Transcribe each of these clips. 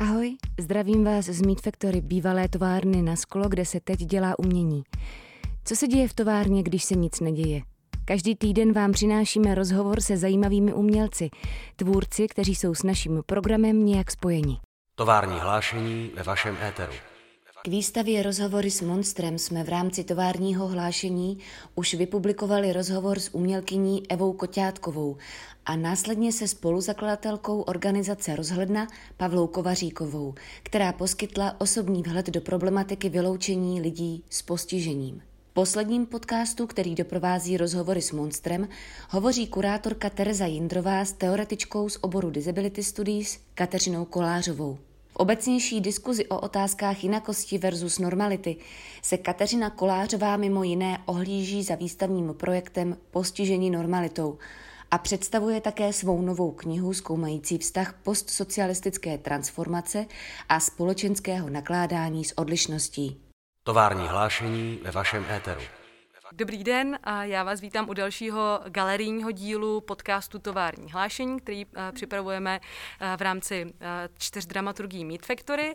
Ahoj, zdravím vás z Meat Factory, bývalé továrny na sklo, kde se teď dělá umění. Co se děje v továrně, když se nic neděje? Každý týden vám přinášíme rozhovor se zajímavými umělci, tvůrci, kteří jsou s naším programem nějak spojeni. Tovární hlášení ve vašem éteru. K výstavě Rozhovory s monstrem jsme v rámci továrního hlášení už vypublikovali rozhovor s umělkyní Evou Koťátkovou a následně se spoluzakladatelkou organizace Rozhledna Pavlou Kovaříkovou, která poskytla osobní vhled do problematiky vyloučení lidí s postižením. V posledním podcastu, který doprovází Rozhovory s monstrem, hovoří kurátorka Tereza Jindrová s teoretičkou z oboru Disability Studies Kateřinou Kolářovou. V obecnější diskuzi o otázkách jinakosti versus normality se Kateřina Kolářová mimo jiné ohlíží za výstavním projektem Postižení normalitou a představuje také svou novou knihu zkoumající vztah postsocialistické transformace a společenského nakládání s odlišností. Tovární hlášení ve vašem éteru. Dobrý den a já vás vítám u dalšího galerijního dílu podcastu Tovární hlášení, který připravujeme v rámci 4 dramaturgií Meat Factory.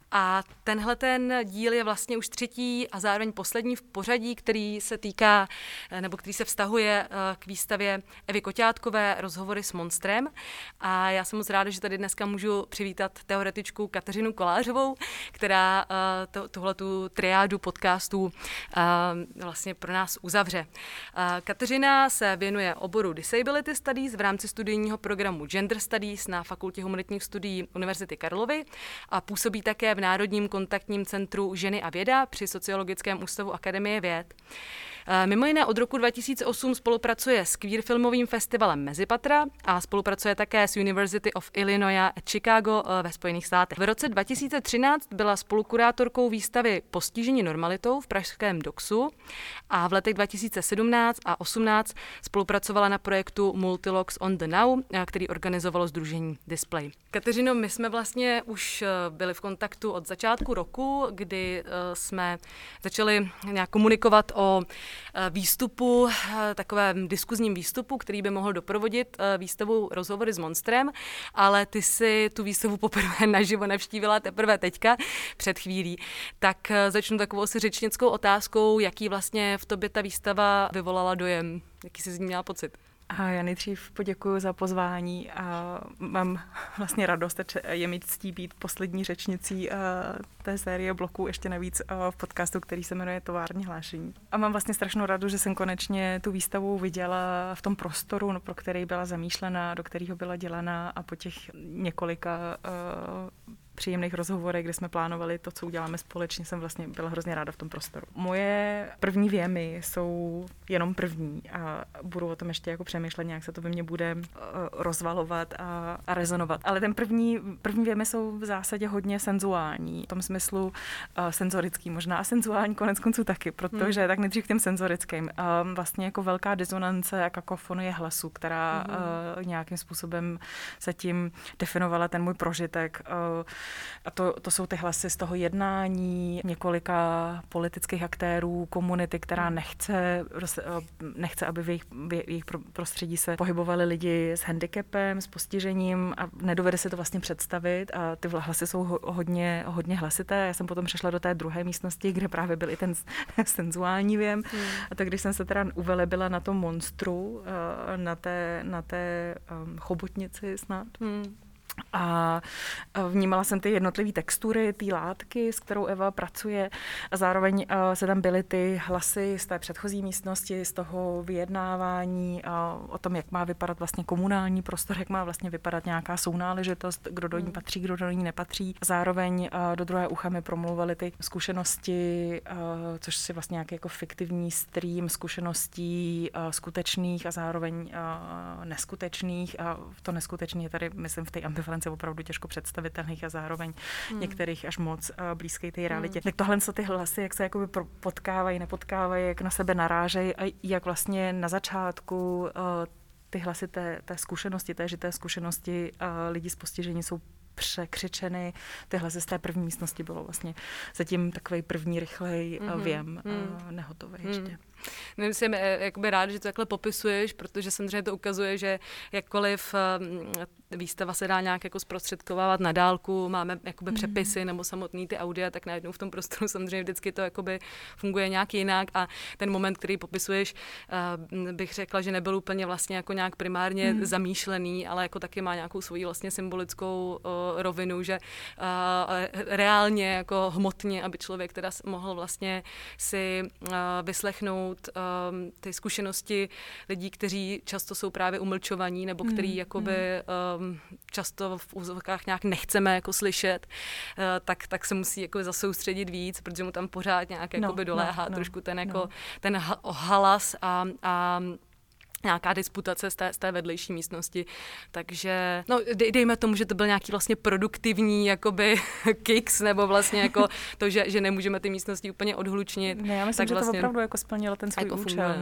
A tenhle ten díl je vlastně už třetí a zároveň poslední v pořadí, který se týká, nebo který se vztahuje k výstavě Evy Koťátkové Rozhovory s monstrem. A já jsem moc ráda, že tady dneska můžu přivítat teoretičku Kateřinu Kolářovou, která tuhletu triádu podcastů vlastně pro nás uzavře. Kateřina se věnuje oboru Disability Studies v rámci studijního programu Gender Studies na Fakultě humanitních studií Univerzity Karlovy a působí také v Národním kontaktním centru Ženy a věda při Sociologickém ústavu Akademie věd. Mimo jiné od roku 2008 spolupracuje s queer filmovým festivalem Mezipatra a spolupracuje také s University of Illinois at Chicago ve Spojených státech. V roce 2013 byla spolukurátorkou výstavy Postižení normalitou v pražském DOXu a v letech 2017 a 2018 spolupracovala na projektu Multilogs on the Now, který organizovalo sdružení Display. Kateřino, my jsme vlastně už byli v kontaktu od začátku roku, kdy jsme začali nějak komunikovat o výstupu, takovém diskuzním výstupu, který by mohl doprovodit výstavu Rozhovory s monstrem, ale ty si tu výstavu poprvé naživo navštívila teprve teďka, před chvílí. Tak začnu takovou si řečnickou otázkou, jaký vlastně v tobě ta výstava vyvolala dojem, jaký jsi z ní měla pocit? A já nejdřív poděkuji za pozvání a mám vlastně radost, je mi ctí být poslední řečnicí té série bloků, ještě navíc v podcastu, který se jmenuje Tovární hlášení. A mám vlastně strašnou radost, že jsem konečně tu výstavu viděla v tom prostoru, pro který byla zamýšlena, do kterého byla dělaná a po těch několika příjemných rozhovorech, kde jsme plánovali to, co uděláme společně, jsem vlastně byla hrozně ráda v tom prostoru. Moje první věmy jsou jenom první a budu o tom ještě jako přemýšlet, nějak se to ve mně bude rozvalovat a rezonovat. Ale ten první věmy jsou v zásadě hodně senzuální, v tom smyslu senzorický možná a senzuální konec konců taky, protože tak nejdřív k těm senzorickým. Vlastně jako velká disonance a kakofonie hlasu, která nějakým způsobem se tím definovala ten můj prožitek. A to jsou ty hlasy z toho jednání několika politických aktérů, komunity, která nechce, aby v jejich prostředí se pohybovali lidi s handicapem, s postižením a nedovede se to vlastně představit a ty hlasy jsou hodně hlasité. Já jsem potom přešla do té druhé místnosti, kde právě byl i ten senzuální věm. A tak když jsem se teda uvelebila na tom monstru, na té chobotnici snad, a vnímala jsem ty jednotlivé textury, ty látky, s kterou Eva pracuje a zároveň se tam byly ty hlasy z té předchozí místnosti, z toho vyjednávání o tom, jak má vypadat vlastně komunální prostor, jak má vlastně vypadat nějaká sounáležitost, kdo do ní patří, kdo do ní nepatří. Zároveň do druhé ucha mi promlouvaly ty zkušenosti, což si vlastně nějaký jako fiktivní stream zkušeností skutečných a zároveň neskutečných a to neskutečný je tady, myslím, v té ambivalenci opravdu těžko představitelných a zároveň některých až moc blízké té realitě. Tak tohle jsou ty hlasy, jak se jakoby potkávají, nepotkávají, jak na sebe narážejí a jak vlastně na začátku ty hlasy té zkušenosti, té žité zkušenosti lidí s postižením jsou překřičeny. Ty hlasy z té první místnosti bylo vlastně zatím takovej první rychlej věm, nehotový ještě. jsem jakoby rád, že to takhle popisuješ, protože samozřejmě to ukazuje, že jakkoliv výstava se dá nějak jako zprostředkovávat na dálku, máme jakoby přepisy nebo samotný ty audia, tak najednou v tom prostoru samozřejmě vždycky to jakoby funguje nějak jinak a ten moment, který popisuješ, bych řekla, že nebyl úplně vlastně jako nějak primárně zamýšlený, ale jako taky má nějakou svoji vlastně symbolickou rovinu, že reálně jako hmotně, aby člověk teda mohl vlastně si vyslechnout ty zkušenosti lidí, kteří často jsou právě umlčovaní nebo který jakoby často v úzovkách nějak nechceme jako slyšet, tak se musí jako zasoustředit víc, protože mu tam pořád nějak jakoby doléhá trošku ten jako ten halas a nějaká disputace z té vedlejší místnosti. Takže, dejme tomu, že to byl nějaký vlastně produktivní jakoby kicks, nebo vlastně jako to, že nemůžeme ty místnosti úplně odhlučnit. Ne, já myslím, že vlastně to opravdu jako splnilo ten svůj jako účel.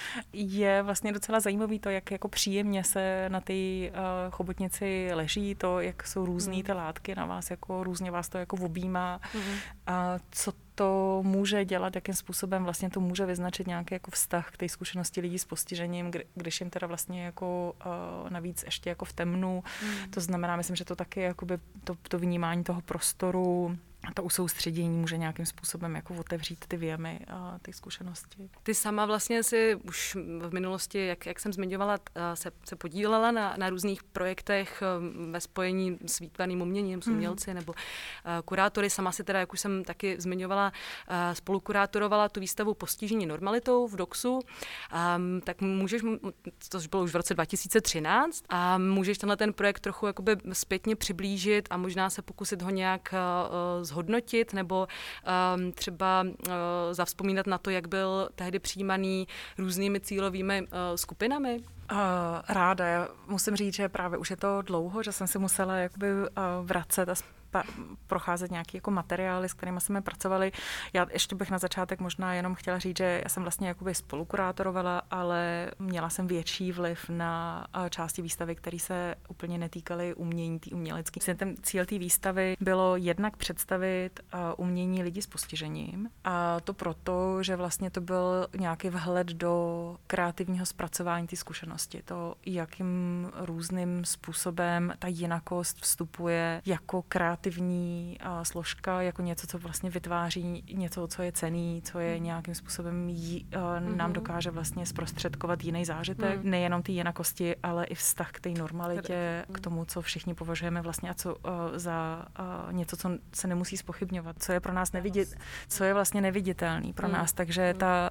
Je vlastně docela zajímavý to, jak jako příjemně se na té chobotnici leží, to, jak jsou různý ty látky na vás, jako různě vás to jako objímá. A co to může dělat, jakým způsobem vlastně to může vyznačit nějaký jako vztah k té zkušenosti lidí s postižením, když jim teda vlastně jako navíc ještě jako v temnu. To znamená, myslím, že to taky jakoby to vnímání toho prostoru a to usoustředění může nějakým způsobem jako otevřít ty věmy a ty zkušenosti. Ty sama vlastně si už v minulosti, jak jsem zmiňovala, se podílela na různých projektech ve spojení s výtvarným uměním, s umělci nebo kurátory. Sama si teda, jak už jsem taky zmiňovala, spolukurátorovala tu výstavu Postižení normalitou v DOXu. Tak můžeš, to bylo už v roce 2013, a můžeš tenhle ten projekt trochu jakoby zpětně přiblížit a možná se pokusit ho nějak zhodnotit nebo třeba zavzpomínat na to, jak byl tehdy přijímaný různými cílovými skupinami? Ráda. Já musím říct, že právě už je to dlouho, že jsem si musela jakoby vracet a procházet nějaké jako materiály, s kterými jsme pracovali. Já ještě bych na začátek možná jenom chtěla říct, že já jsem vlastně jakoby spolukurátorovala, ale měla jsem větší vliv na části výstavy, které se úplně netýkaly umění, tý umělecký. Ten cíl té výstavy bylo jednak představit umění lidí s postižením, a to proto, že vlastně to byl nějaký vhled do kreativního zpracování té zkušenosti. To, jakým různým způsobem ta jinakost vstupuje jako kreativní složka, jako něco, co vlastně vytváří něco, co je cenný, co je nějakým způsobem nám dokáže vlastně zprostředkovat jiný zážitek. Nejenom ty jinakosti, ale i vztah k té normalitě, k tomu, co všichni považujeme vlastně a co za něco, co se nemusí zpochybňovat, co je pro nás co je vlastně neviditelný pro nás. Takže ta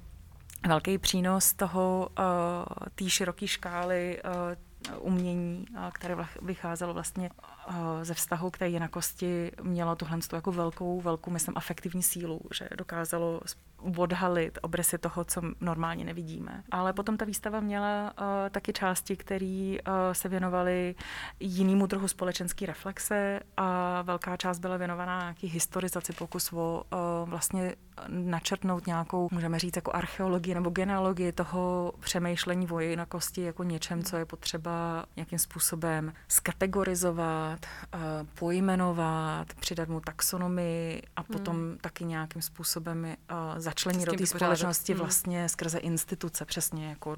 velký přínos toho, té široké škály umění, které vycházelo vlastně ze vztahu k té jinakosti, mělo tohle jako velkou, myslím, afektivní sílu, že dokázalo odhalit obrysy toho, co normálně nevidíme. Ale potom ta výstava měla taky části, které se věnovaly jinému druhu společenské reflexe, a velká část byla věnovaná nějaký historizaci, pokus o vlastně načrtnout nějakou, můžeme říct, jako archeologii nebo genealogii toho přemýšlení o jinakosti jako něčem, co je potřeba nějakým způsobem skategorizovat, pojmenovat, přidat mu taxonomii a potom taky nějakým způsobem začlenit do té společnosti vlastně skrze instituce, přesně jako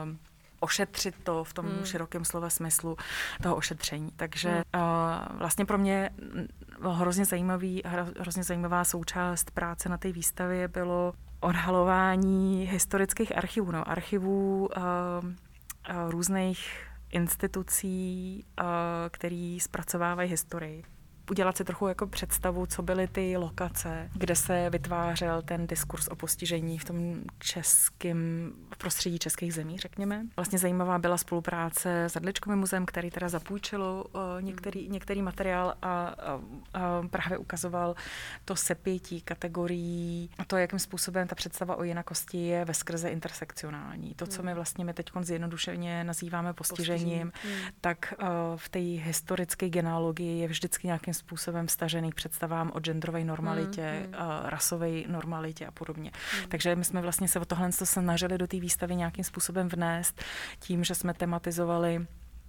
ošetřit to v tom širokém slova smyslu toho ošetření. Takže vlastně pro mě hrozně zajímavá součást práce na té výstavě bylo odhalování historických archivů, archivů různých institucí, které zpracovávají historii. Udělat si trochu jako představu, co byly ty lokace, kde se vytvářel ten diskurs o postižení v tom v prostředí českých zemí, řekněme. Vlastně zajímavá byla spolupráce s Hrdličkovým muzeem, který teda zapůjčilo některý materiál a právě ukazoval to sepětí kategorií a to, jakým způsobem ta představa o jinakosti je veskrze intersekcionální. To, co my teď zjednodušeně nazýváme postižením, tak v té historické genealogii je vždycky nějakým způsobem vztažený k představám o genderové normalitě, rasové normalitě a podobně. Takže my jsme vlastně se o tohle snažili do té výstavy nějakým způsobem vnést tím, že jsme tematizovali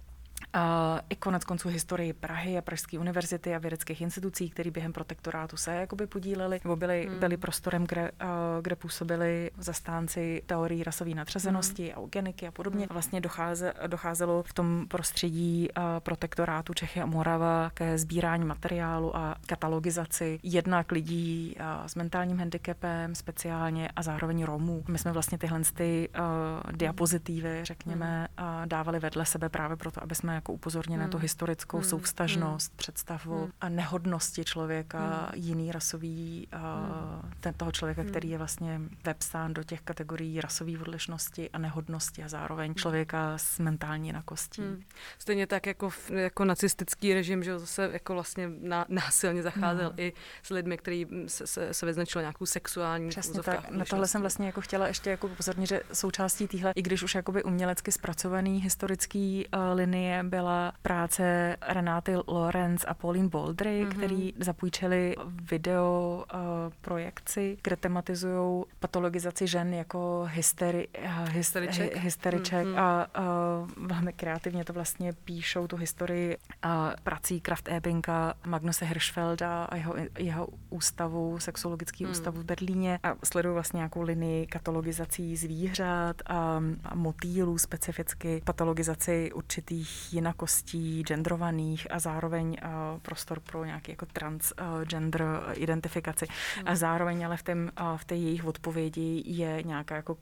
i konec konců historii Prahy a Pražské univerzity a vědeckých institucí, které během protektorátu se jakoby podíleli, nebo byli prostorem, kde působili zastánci teorií rasové nadřazenosti a eugeniky a podobně. Vlastně docházelo v tom prostředí protektorátu Čechy a Morava ke sbírání materiálu a katalogizaci jednak lidí s mentálním handicapem speciálně a zároveň Romů. My jsme vlastně tyhle diapozitivy, řekněme, dávali vedle sebe právě proto, aby jsme jako upozornili na tu historickou souvztažnost, představu a nehodnosti člověka, jiný rasový, toho člověka, který je vlastně vepsán do těch kategorií rasové odlišnosti a nehodnosti a zároveň člověka s mentální jinakostí. Stejně tak jako nacistický režim, že zase jako vlastně násilně zacházel i s lidmi, kteří se vyznačili nějakou sexuální. Přesně tak. Na tohle jsem vlastně jako chtěla ještě jako upozornit, že součástí téhle, i když už jakoby umělecky zpracovaný historický linie byla práce Renáty Lorenz a Pauline Baldry, který zapůjčili video projekci, kde tematizují patologizaci žen jako hysteriček a velmi kreativně to vlastně píšou tu historii prací Kraft Ebinga, Magnuse Hirschfelda a jeho ústavu, sexuologický ústavu v Berlíně a sledují vlastně nějakou linii katalogizací zvířat a motýlů, specificky patologizaci určitých jinakostí, genderovaných a zároveň prostor pro nějaký jako transgender identifikaci. A zároveň ale v té jejich odpovědi je nějaká jako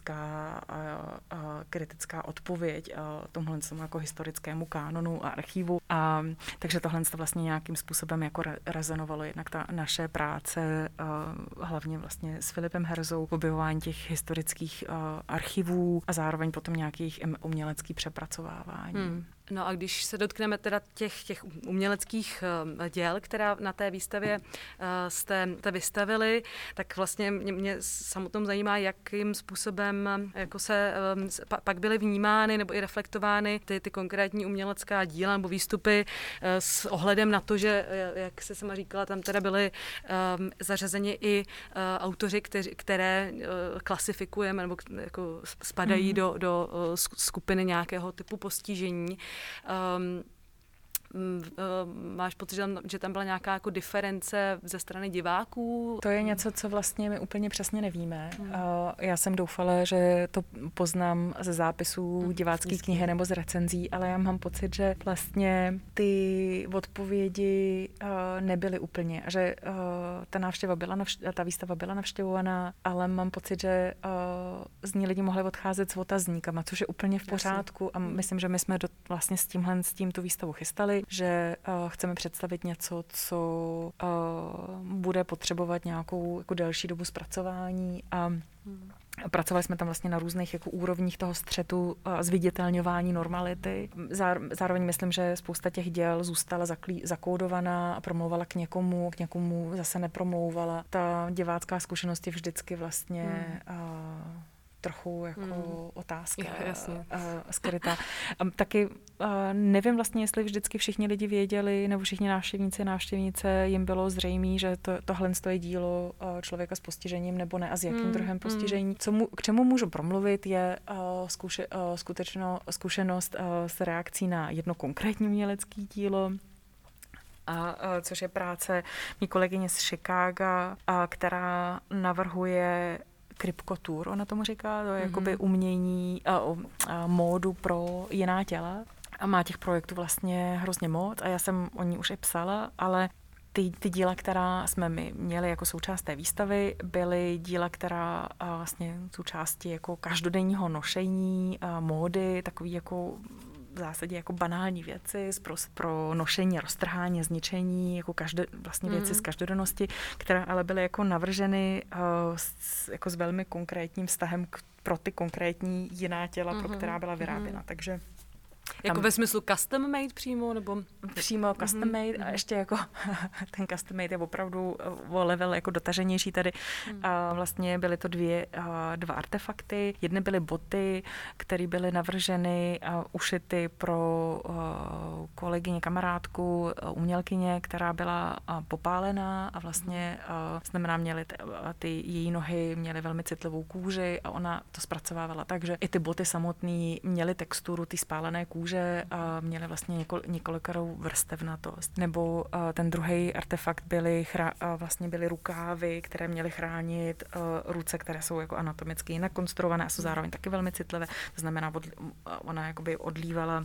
kritická odpověď tomhle jako historickému kánonu a archivu. Takže tohle vlastně nějakým způsobem jako rezonovalo jednak ta naše práce, hlavně vlastně s Filipem Herzou, objevování těch historických archivů a zároveň potom nějakých uměleckých přepracovávání. No a když se dotkneme teda těch uměleckých děl, která na té výstavě jste vystavili, tak vlastně mě samotnou zajímá, jakým způsobem jako se pak byly vnímány nebo i reflektovány ty konkrétní umělecká díla nebo výstupy s ohledem na to, že, jak se sama říkala, tam teda byly zařazeni i autoři, které klasifikujeme nebo jako spadají do skupiny nějakého typu postižení. Máš pocit, že tam byla nějaká jako diference ze strany diváků? To je něco, co vlastně my úplně přesně nevíme. Já jsem doufala, že to poznám ze zápisů divácké knihy nebo z recenzí, ale já mám pocit, že vlastně ty odpovědi nebyly úplně. A že ta výstava byla navštěvovaná, ale mám pocit, že z ní lidi mohli odcházet s otazníkama, což je úplně v pořádku. A myslím, že my jsme vlastně s tím tu výstavu chystali, že chceme představit něco, co bude potřebovat nějakou jako delší dobu zpracování a pracovali jsme tam vlastně na různých jako úrovních toho střetu zviditelňování normality. Zároveň myslím, že spousta těch děl zůstala zakódovaná a promlouvala k někomu zase nepromlouvala. Ta divácká zkušenost je vždycky vlastně trochu jako otázka skrytá. Taky nevím vlastně, jestli vždycky všichni lidi věděli, nebo všichni návštěvnice jim bylo zřejmé, že tohle je dílo člověka s postižením nebo ne a s jakým druhem postižení. K čemu můžu promluvit, je zkušenost s reakcí na jedno konkrétní umělecké dílo, což je práce mý kolegyně z Chicaga, která navrhuje krypkotur, ona tomu říká, to je jakoby umění, módu pro jiná těla. A má těch projektů vlastně hrozně moc a já jsem o ní už i psala, ale ty díla, která jsme my měli jako součást té výstavy, byly díla, která vlastně součástí jako každodenního nošení, módy, takový jako v zásadě jako banální věci pro nošení, roztrhání, zničení, jako vlastně věci z každodennosti, které ale byly jako navrženy jako s velmi konkrétním vztahem pro ty konkrétní jiná těla, pro která byla vyráběna. Takže jako ve smyslu custom made přímo, nebo? Přímo custom made a ještě jako ten custom made je opravdu o level jako dotaženější tady. A vlastně byly to dva artefakty. Jedny byly boty, které byly navrženy a ušity pro kolegyně, kamarádku, umělkyně, která byla popálená a vlastně znamená měly ty její nohy měly velmi citlivou kůži a ona to zpracovávala tak, že i ty boty samotné měly texturu ty spálené kůže kůže měly vlastně několikerou vrstevnatost. Nebo ten druhý artefakt byly rukávy, které měly chránit ruce, které jsou jako anatomicky jinak konstruované a jsou zároveň taky velmi citlivé. To znamená, ona jakoby odlívala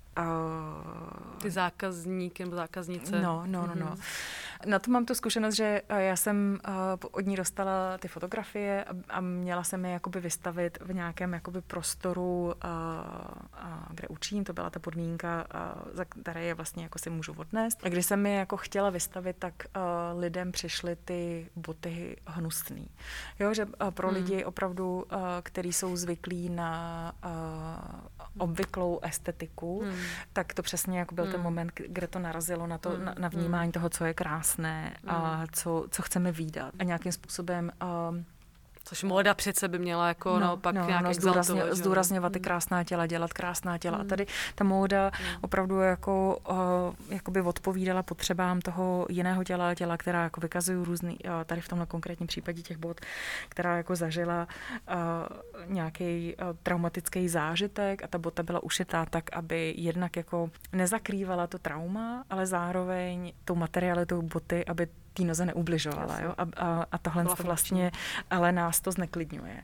ty zákazníky nebo zákaznice. No. Na to mám tu zkušenost, že já jsem od ní dostala ty fotografie a měla jsem je jakoby vystavit v nějakém jakoby prostoru, kde učím, to byla ta podmínka, za které je vlastně jako si můžu odnést. A když jsem je jako chtěla vystavit, tak lidem přišly ty boty hnusný. Jo, že pro lidi opravdu, kteří jsou zvyklí na obvyklou estetiku, tak to přesně jako byl ten moment, kde to narazilo na to, na vnímání toho, co je krásné a co chceme vídat. A nějakým způsobem což móda přece by měla jako naopak nějak exaltovat. Zdůrazňovat ty krásná těla, dělat krásná těla. A tady ta móda opravdu jako jakoby odpovídala potřebám toho jiného těla, která jako vykazují různý, tady v tomhle konkrétním případě těch bot, která jako zažila nějaký traumatický zážitek a ta bota byla ušitá tak, aby jednak jako nezakrývala to trauma, ale zároveň tou materialitou boty, aby té noze neubližovala. Jo? A tohle to vlastně, ale nás to zneklidňuje.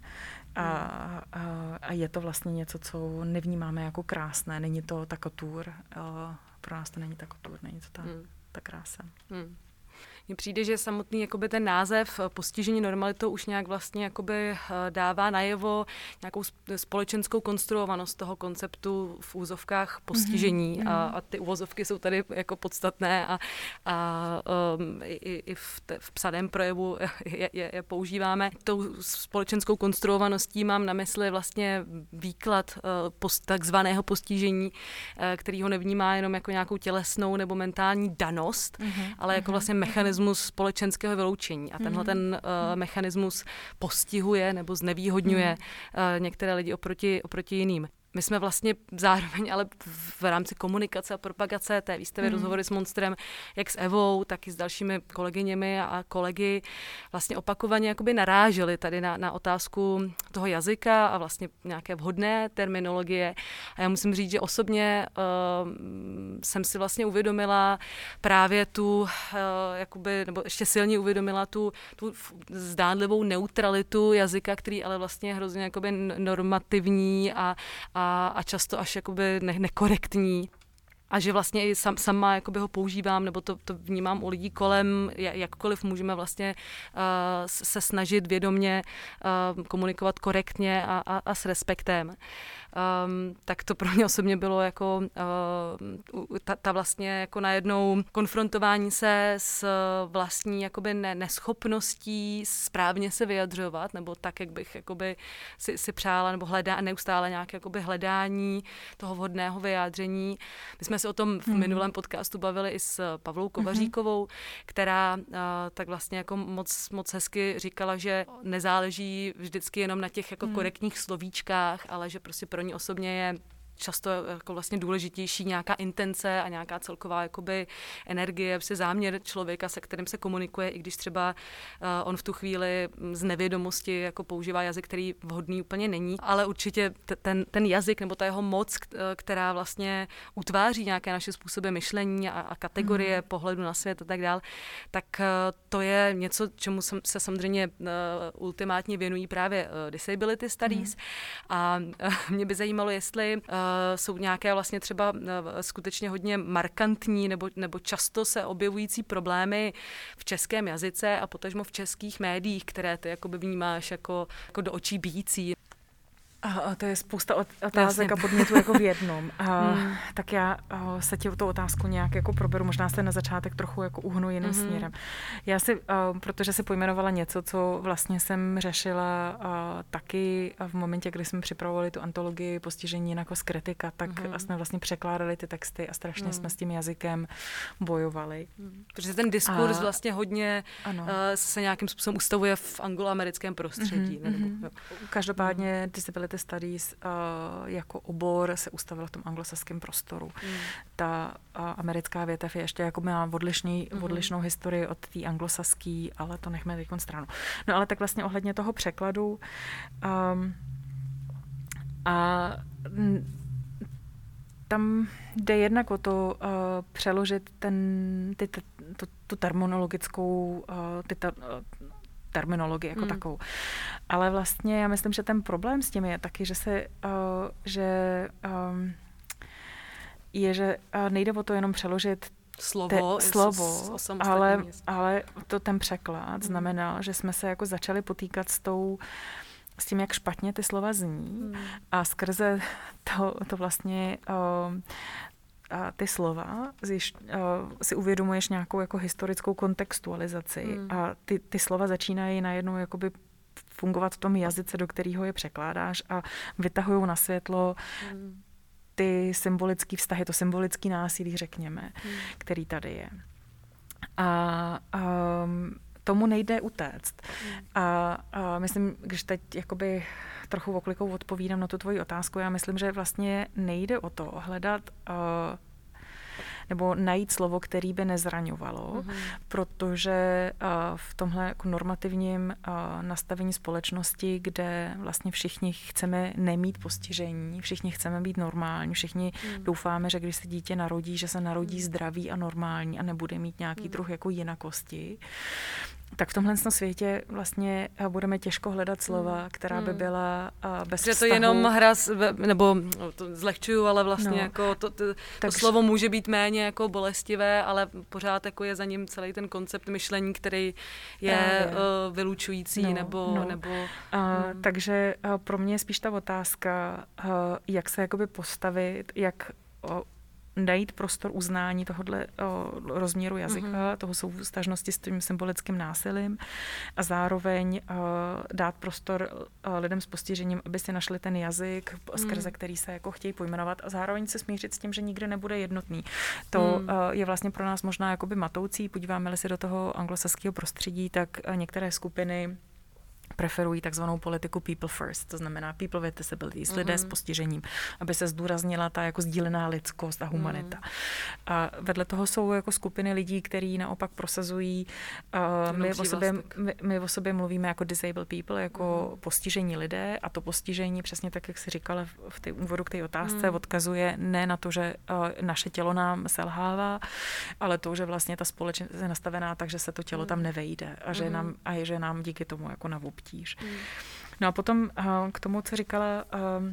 A je to vlastně něco, co nevnímáme jako krásné. Není to ta couture. Pro nás to není ta couture, není to ta krása. Mně přijde, že samotný jakoby ten název postižení normalitou už nějak vlastně jakoby dává najevo nějakou společenskou konstruovanost toho konceptu v úzovkách postižení a ty úvozovky jsou tady jako podstatné a i v psaném projevu je používáme. Tou společenskou konstruovaností mám na mysli vlastně výklad takzvaného postižení, který ho nevnímá jenom jako nějakou tělesnou nebo mentální danost, ale jako vlastně mechanismus společenského vyloučení. A tenhle ten mechanismus postihuje nebo znevýhodňuje některé lidi oproti jiným. My jsme vlastně zároveň, ale v rámci komunikace a propagace té výstavy Rozhovory s monstrem, jak s Evou, tak i s dalšími kolegyněmi a kolegy, vlastně opakovaně jakoby naráželi tady na otázku toho jazyka a vlastně nějaké vhodné terminologie. A já musím říct, že osobně jsem si vlastně uvědomila právě tu, jakoby, nebo ještě silně uvědomila tu zdánlivou neutralitu jazyka, který ale vlastně je hrozně jakoby normativní a často až jakoby nekorektní. A že vlastně i sama jakoby ho používám, nebo to vnímám u lidí kolem, jakkoliv můžeme vlastně se snažit vědomě komunikovat korektně a s respektem. Tak to pro mě osobně bylo jako ta vlastně jako najednou konfrontování se s vlastní jakoby neschopností správně se vyjadřovat, nebo tak, jak bych jakoby si přála, nebo neustále nějaké jakoby hledání toho vhodného vyjádření. My jsme se o tom v minulém podcastu bavili i s Pavlou Kovaříkovou, která tak vlastně jako moc hezky říkala, že nezáleží vždycky jenom na těch jako korektních slovíčkách, ale že prostě pro ní osobně je často jako vlastně důležitější nějaká intence a nějaká celková jakoby energie, záměr člověka, se kterým se komunikuje, i když třeba on v tu chvíli z nevědomosti jako používá jazyk, který vhodný úplně není, ale určitě ten jazyk nebo ta jeho moc, která vlastně utváří nějaké naše způsoby myšlení a kategorie pohledu na svět a tak dál, tak to je něco, čemu se samozřejmě ultimátně věnují právě Disability Studies a mě by zajímalo, jestli jsou nějaké vlastně třeba skutečně hodně markantní nebo často se objevující problémy v českém jazyce a potažmo v českých médiích, které ty jakoby vnímáš jako do očí bijící. A to je spousta otázek a podnětů jako v jednom. Tak já se ti tu otázku nějak jako proberu, možná se na začátek trochu jako uhnu jiným směrem. Já si, protože si pojmenovala něco, co vlastně jsem řešila taky v momentě, kdy jsme připravovali tu antologii Postižení jinak z kritika, tak jsme vlastně překládali ty texty a strašně jsme s tím jazykem bojovali. Protože ten diskurs vlastně hodně se nějakým způsobem ustavuje v angloamerickém prostředí. Každopádně Disability Studies jako obor se ustavila v tom anglosaském prostoru. Ta americká větev je ještě jako má odlišnou historii od té anglosaské, ale to nechme teď stranu. No ale tak vlastně ohledně toho překladu tam jde jednak o to přeložit tu terminologickou, terminologii jako takovou. Ale vlastně já myslím, že ten problém s tím je taky, že nejde o to jenom přeložit slovo, ale ten překlad znamenal, že jsme se jako začali potýkat s tím, jak špatně ty slova zní a skrze to vlastně ty slova si uvědomuješ nějakou jako historickou kontextualizaci a ty slova začínají najednou jakoby fungovat v tom jazyce, do kterého je překládáš a vytahují na světlo ty symbolické vztahy, to symbolické násilí, řekněme, který tady je. A tomu nejde utéct. A myslím, když teď jakoby trochu oklikou odpovídám na tu tvoji otázku, já myslím, že vlastně nejde o to hledat nebo najít slovo, který by nezraňovalo, protože v tomhle jako normativním nastavení společnosti, kde vlastně všichni chceme nemít postižení, všichni chceme být normální, všichni doufáme, že když se dítě narodí, že se narodí zdravý a normální a nebude mít nějaký druh jako jinakosti, tak v tomhle světě vlastně budeme těžko hledat slova, která by byla bez vztahu. Že to jenom hra, nebo to zlehčuju, ale vlastně jako to slovo může být méně jako bolestivé, ale pořád jako je za ním celý ten koncept myšlení, který je vylučující, Takže pro mě je spíš ta otázka, jak se jakoby postavit, jak najít prostor uznání tohohle rozměru jazyka, toho souvztažnosti s tím symbolickým násilím a zároveň dát prostor lidem s postižením, aby si našli ten jazyk, skrze který se jako chtějí pojmenovat a zároveň se smířit s tím, že nikdy nebude jednotný. To je vlastně pro nás možná jakoby matoucí. Podíváme-li se do toho anglosaského prostředí, tak některé skupiny preferují takzvanou politiku people first, to znamená people with disabilities, lidé s postižením, aby se zdůraznila ta jako sdílená lidskost a humanita. A vedle toho jsou jako skupiny lidí, kteří naopak prosazují, my o sobě mluvíme jako disabled people, jako postižení lidé a to postižení, přesně tak, jak jsi říkala v té úvodu k té otázce, odkazuje ne na to, že naše tělo nám selhává, ale to, že vlastně ta společnost je nastavená tak, že se to tělo tam nevejde a že nám díky tomu jako navobtíž. No a potom k tomu, co říkala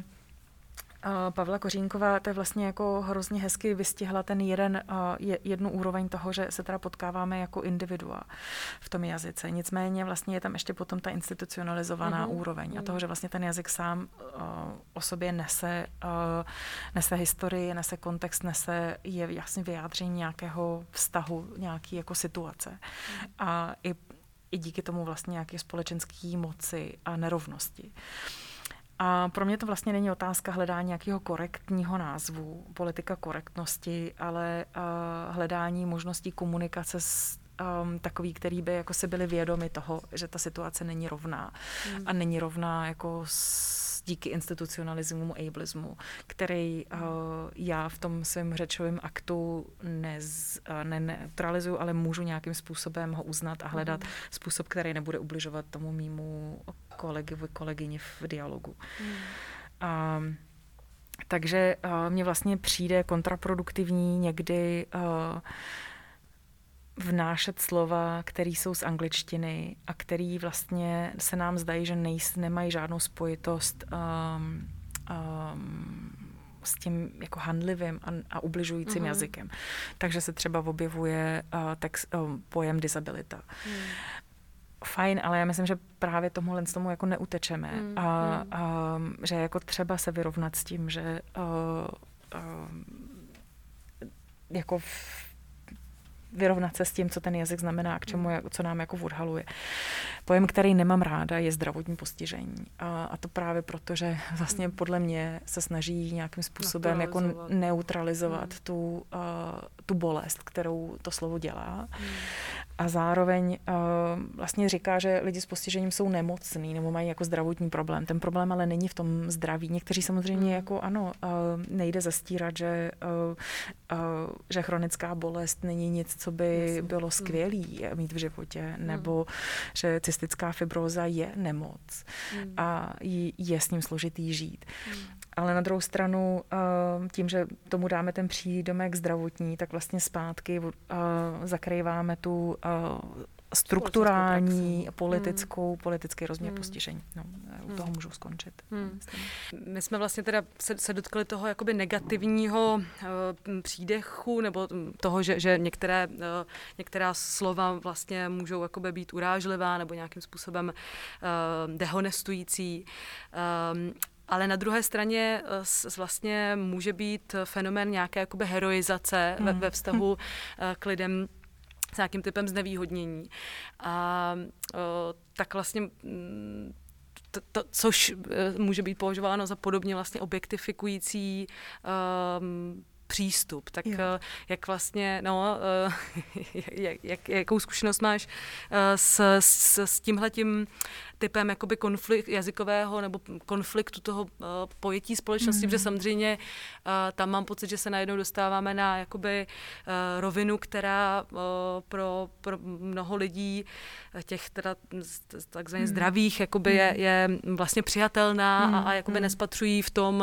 Pavla Kořínková, to je vlastně jako hrozně hezky vystihla ten jednu úroveň toho, že se teda potkáváme jako individua v tom jazyce. Nicméně vlastně je tam ještě potom ta institucionalizovaná úroveň a toho, že vlastně ten jazyk sám o sobě nese historii, nese kontext, je jasně vyjádření nějakého vztahu, nějaký jako situace. A i díky tomu vlastně nějaké společenské moci a nerovnosti. A pro mě to vlastně není otázka hledání nějakého korektního názvu, politika korektnosti, ale hledání možností komunikace s takový, který by jako si byli vědomi toho, že ta situace není rovná. A není rovná jako díky institucionalismu, ableismu, který já v tom svém řečovém aktu neutralizuju, ale můžu nějakým způsobem ho uznat a hledat způsob, který nebude ubližovat tomu mýmu kolegyni v dialogu. Takže mně vlastně přijde kontraproduktivní někdy vnášet slova, které jsou z angličtiny a který vlastně se nám zdají, že nemají žádnou spojitost s tím jako handlivým a ubližujícím jazykem. Takže se třeba objevuje pojem disabilita. Fajn, ale já myslím, že právě tomu jako neutečeme a že jako třeba se vyrovnat s tím, že jako vyrovnat se s tím, co ten jazyk znamená, k čemu co nám jako odhaluje. Pojem, který nemám ráda, je zdravotní postižení. A to právě proto, že vlastně podle mě se snaží nějakým způsobem jako neutralizovat tu bolest, kterou to slovo dělá. A zároveň vlastně říká, že lidi s postižením jsou nemocní nebo mají jako zdravotní problém. Ten problém ale není v tom zdraví. Někteří samozřejmě jako ano, nejde zastírat, že chronická bolest není nic, co by bylo skvělý mít v životě, nebo že cystická fibróza je nemoc a je s ním složitý žít. Ale na druhou stranu, tím, že tomu dáme ten přídomek zdravotní, tak vlastně zpátky zakrýváme tu strukturální, politický rozměr postižení. No, u toho můžu skončit. My jsme vlastně teda se dotkli toho jakoby negativního přídechu, nebo toho, že některá slova vlastně můžou jakoby být urážlivá nebo nějakým způsobem dehonestující. Ale na druhé straně vlastně může být fenomén nějaké jakoby heroizace ve vztahu k lidem s nějakým typem znevýhodnění. A tak vlastně což může být považováno za podobně vlastně objektifikující přístup. Tak jak vlastně, jakou zkušenost máš s tímhletím typem jakoby jazykového nebo konfliktu toho pojetí společnosti, protože samozřejmě tam mám pocit, že se najednou dostáváme na jakoby rovinu, která pro mnoho lidí, těch teda takzvaně zdravých, jakoby je vlastně přijatelná a jakoby nespatřují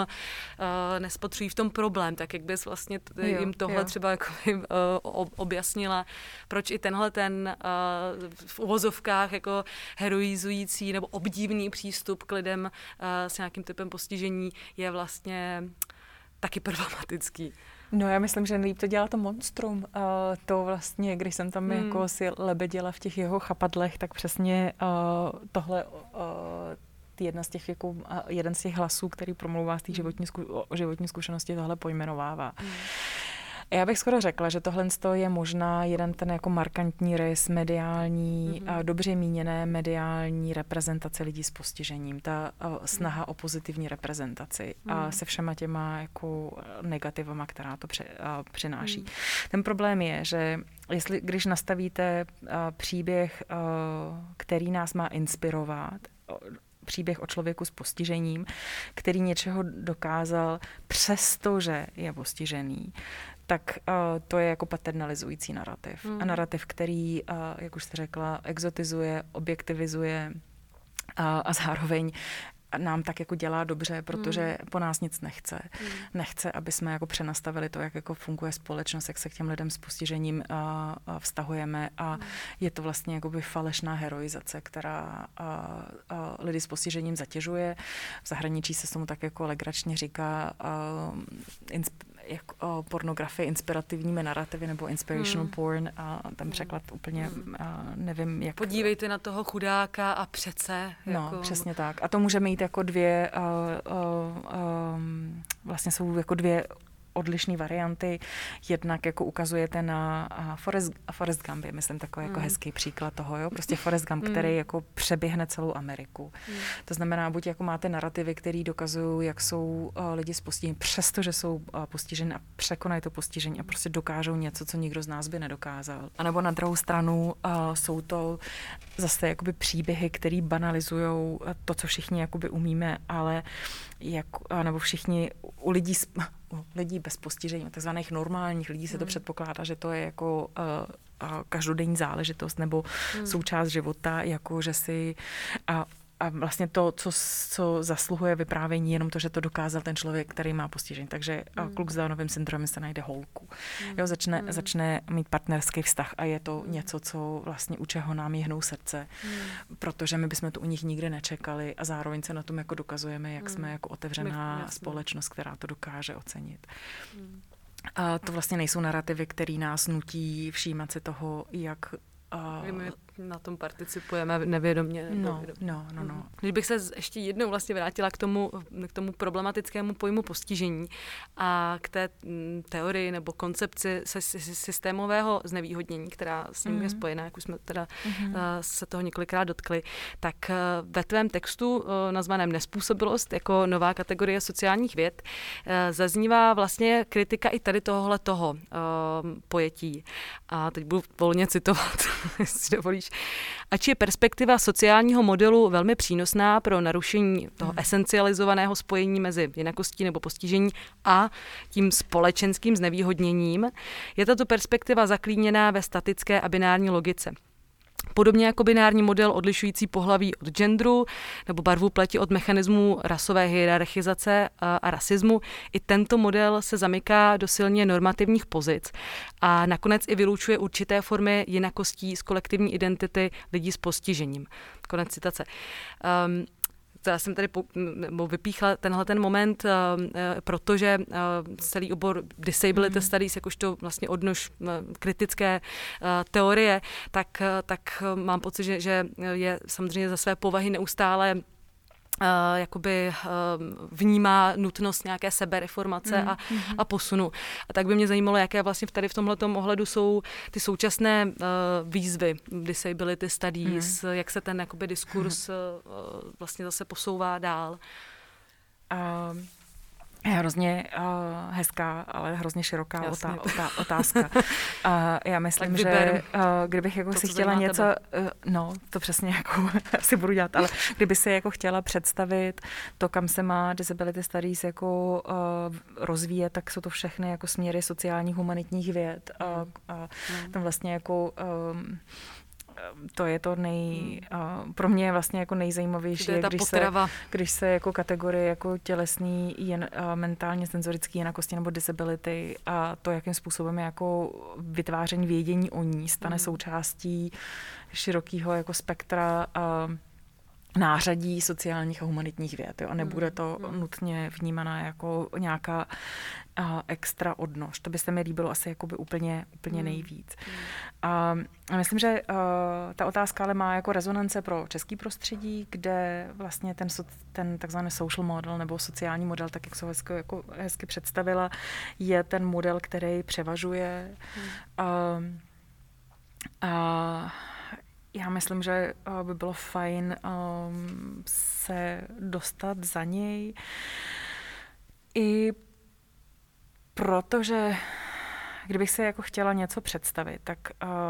v tom problém, tak jak bys vlastně jim tohle třeba jakoby objasnila, proč i tenhle ten v uvozovkách jako heroizující nebo obdivný přístup k lidem s nějakým typem postižení je vlastně taky problematický. No já myslím, že nejlíp to dělá to monstrum. To vlastně, když jsem tam jako si lebeděla v těch jeho chapadlech, tak přesně tohle jeden z těch hlasů, který promlouvá z té životní zkušenosti, tohle pojmenovává. Já bych skoro řekla, že tohle je možná jeden ten jako markantní rys mediální, dobře míněné mediální reprezentace lidí s postižením. Ta snaha o pozitivní reprezentaci a se všema těma jako negativama, která to přináší. Ten problém je, že když nastavíte příběh, který nás má inspirovat, příběh o člověku s postižením, který něčeho dokázal, přestože je postižený, tak to je jako paternalizující narrativ. A narrativ, který, jak už jste řekla, exotizuje, objektivizuje a zároveň nám tak jako dělá dobře, protože po nás nic nechce. Nechce, aby jsme jako přenastavili to, jak jako funguje společnost, jak se k těm lidem s postižením vztahujeme a je to vlastně jakoby falešná heroizace, která lidi s postižením zatěžuje. V zahraničí se tomu tak jako legračně říká pornografie inspirativními narrativy nebo inspirational porn a ten překlad úplně nevím, jak... Podívejte na toho chudáka a přece. No, přesně tak. A to může mít jako dvě, vlastně jsou jako dvě odlišné varianty. Jednak jako ukazujete na Forrest Gump, je myslím takový jako hezký příklad toho, jo? Prostě Forrest Gump, který jako přeběhne celou Ameriku. To znamená, buď jako máte narrativy, které dokazují, jak jsou lidi s postižením, přestože jsou postiženi a překonají to postižení a prostě dokážou něco, co nikdo z nás by nedokázal. A nebo na druhou stranu jsou to zase jakoby příběhy, které banalizují to, co všichni jakoby umíme, ale nebo všichni u lidí bez postižení, takzvaných normálních lidí se to předpokládá, že to je jako každodenní záležitost nebo součást života, jako že si a vlastně to, co zasluhuje vyprávění, jenom to, že to dokázal ten člověk, který má postižení. Takže kluk s Downovým syndromem se najde holku. Jo, začne mít partnerský vztah a je to něco, co vlastně u čeho nám jehnou srdce, protože my bychom to u nich nikdy nečekali a zároveň se na tom jako dokazujeme, jak jsme jako otevřená společnost, která to dokáže ocenit. A to vlastně nejsou narrativy, které nás nutí všímat si toho, jak my na tom participujeme nevědomě. No. Když bych se ještě jednou vlastně vrátila k tomu problematickému pojmu postižení a k té teorii nebo koncepci systémového znevýhodnění, která s ním je spojená, jak už jsme teda se toho několikrát dotkli, tak ve tvém textu nazvaném Nezpůsobilost jako nová kategorie sociálních věd zaznívá vlastně kritika i tady tohohletoho pojetí. A teď budu volně citovat, jestli dovolíš. Ač je perspektiva sociálního modelu velmi přínosná pro narušení toho esencializovaného spojení mezi jinakostí nebo postižení a tím společenským znevýhodněním, je tato perspektiva zaklíněná ve statické a binární logice. Podobně jako binární model odlišující pohlaví od genderu nebo barvu pleti od mechanismu rasové hierarchizace a rasismu, i tento model se zamyká do silně normativních pozic a nakonec i vylučuje určité formy jinakostí z kolektivní identity lidí s postižením. Konec citace. Já jsem tady vypíchla ten moment, protože celý obor disability studies, jakožto vlastně odnož kritické teorie, tak mám pocit, že je samozřejmě za své povahy neustále jakoby vnímá nutnost nějaké sebereformace a posunu. A tak by mě zajímalo, jaké vlastně tady v tomhletom ohledu jsou ty současné výzvy disability studies, jak se ten jakoby diskurs vlastně zase posouvá dál. Hrozně hezká, ale hrozně široká otázka. Já myslím, že kdybych jako si chtěla něco, to přesně jako asi budu dělat, ale kdyby si jako chtěla představit to, kam se má disability studies jako rozvíjet, tak jsou to všechny jako směry sociálních humanitních věd. Tam vlastně jako to je to pro mě je vlastně jako nejzajímavější, když se jako kategorie jako tělesný, mentálně senzorický jinakosti nebo disability a to, jakým způsobem jako vytváření vědění o ní stane součástí širokého jako spektra nářadí sociálních a humanitních věd. Jo? A nebude to nutně vnímaná jako nějaká extra odnož. To by se mi líbilo asi jakoby úplně nejvíc. A myslím, že ta otázka ale má jako rezonance pro český prostředí, kde vlastně ten takzvaný social model nebo sociální model, tak jak se hezky představila, je ten model, který převažuje. Já myslím, že by bylo fajn se dostat za něj. I protože, kdybych si jako chtěla něco představit, tak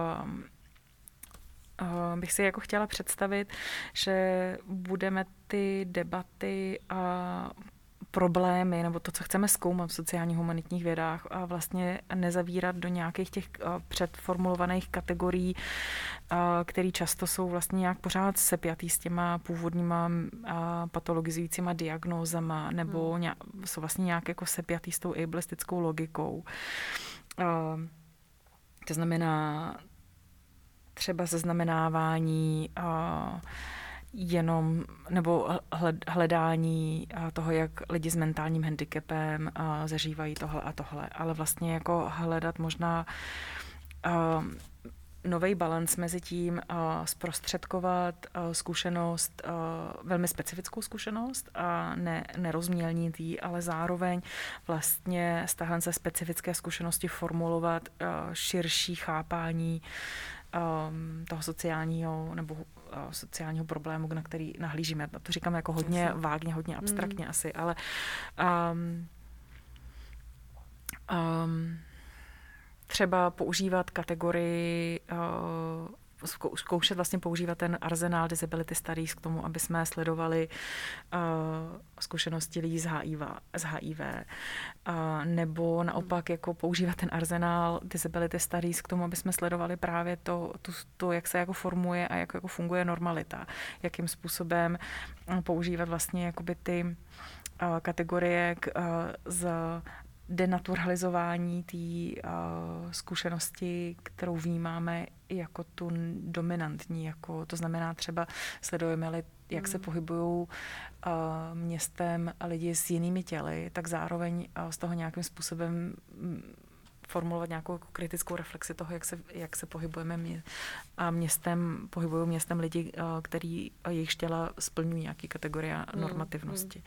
bych si jako chtěla představit, že budeme ty debaty a problémy, nebo to, co chceme zkoumat v sociálních humanitních vědách a vlastně nezavírat do nějakých těch předformulovaných kategorií, které často jsou vlastně nějak pořád sepjatý s těma původníma patologizujícíma diagnózama, nebo jsou vlastně nějak jako sepjatý s tou ableistickou logikou. To znamená třeba zaznamenávání jenom nebo hledání toho, jak lidi s mentálním handicapem zažívají tohle a tohle, ale vlastně jako hledat možná nový balans mezi tím zprostředkovat zkušenost, velmi specifickou zkušenost a nerozmělnit ji, ale zároveň vlastně z téhle specifické zkušenosti formulovat širší chápání toho sociálního nebo sociálního problému, na který nahlížíme. To říkám jako hodně vágně, hodně abstraktně asi, ale třeba používat kategorii, zkoušet vlastně používat ten arzenál disability studies k tomu, aby jsme sledovali zkušenosti lidí z HIV, nebo naopak jako používat ten arzenál disability studies k tomu, aby jsme sledovali právě to jak se jako formuje a jak jako funguje normalita. Jakým způsobem používat vlastně jakoby ty kategorie z denaturalizování té zkušenosti, kterou vnímáme jako tu dominantní. Jako, to znamená třeba sledujeme-li, jak se pohybují městem lidi s jinými těly, tak zároveň z toho nějakým způsobem formulovat nějakou jako kritickou reflexi toho, jak se pohybujeme pohybují městem lidi, který jejich těla splňují nějaké kategorie normativnosti.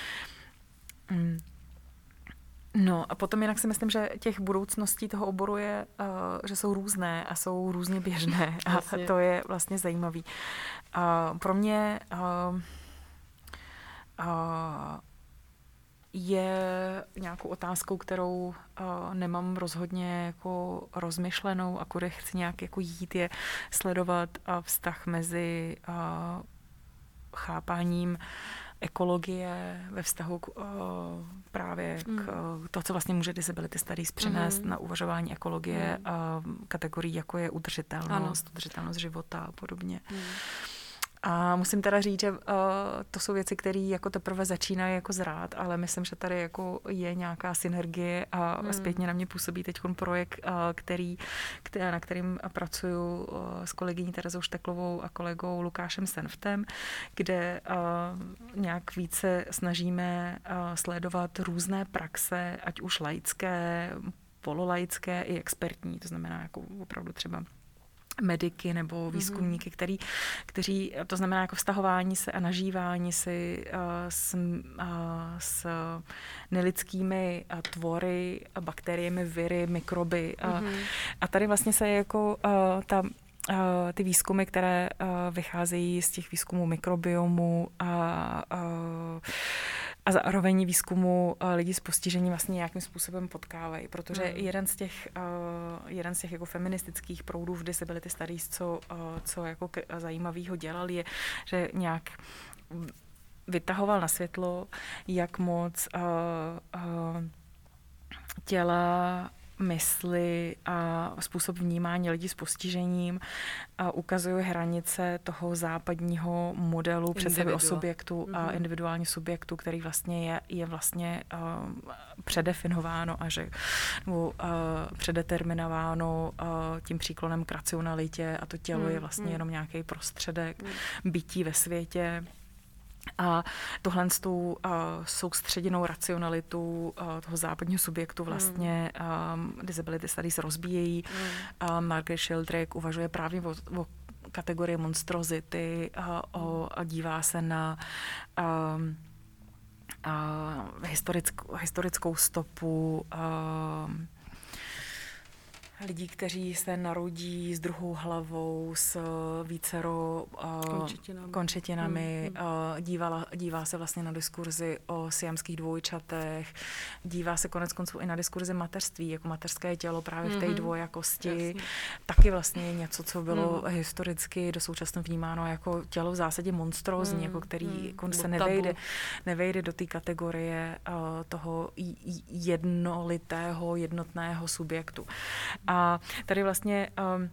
No a potom jinak si myslím, že těch budoucností toho oboru je, že jsou různé a jsou různě běžné a to je vlastně zajímavý. Pro mě je nějakou otázkou, kterou nemám rozhodně jako rozmyšlenou a kudy chci nějak jako jít, je sledovat vztah mezi chápáním ekologie ve vztahu právě k to, co vlastně může Disability Studies přinést na uvažování ekologie kategorií, jako je udržitelnost života a podobně. A musím teda říct, že to jsou věci, které jako teprve začínají jako zrát, ale myslím, že tady jako je nějaká synergie a zpětně na mě působí teď projekt, na kterým pracuju s kolegyní Terezou Šteklovou a kolegou Lukášem Senftem, kde nějak více snažíme sledovat různé praxe, ať už laické, pololaické i expertní, to znamená jako opravdu třeba mediky nebo výzkumníky, kteří, to znamená jako vztahování se a nažívání si s nelidskými tvory, bakteriemi, viry, mikroby. A tady vlastně se jako ty výzkumy, které vycházejí z těch výzkumů mikrobiomu a zároveň výzkumu lidí s postižením vlastně nějakým způsobem potkávají, protože jeden z těch jako feministických proudů v Disability Studies, co jako zajímavého dělal, je, že nějak vytahoval na světlo, jak moc těla, mysli a způsob vnímání lidí s postižením a ukazuje hranice toho západního modelu představy o subjektu a individuální subjektu, který vlastně je vlastně předefinováno a že předeterminováno tím příklonem k racionalitě a to tělo je vlastně jenom nějaký prostředek bytí ve světě. A tohle s tou soustředěnou racionalitu toho západního subjektu vlastně Disability Studies rozbíjejí. Margaret Sheldrake uvažuje právě o kategorii monstrozity a dívá se na historickou stopu lidí, kteří se narodí s druhou hlavou, s vícero končetinami. Dívá se vlastně na diskurzy o siamských dvojčatech. Dívá se konec konců i na diskurzy mateřství, jako mateřské tělo právě v té dvojakosti. Taky vlastně něco, co bylo historicky do současna vnímáno jako tělo v zásadě monstrózní, jako který jako se nevejde do té kategorie toho jednolitého, jednotného subjektu. A tady vlastně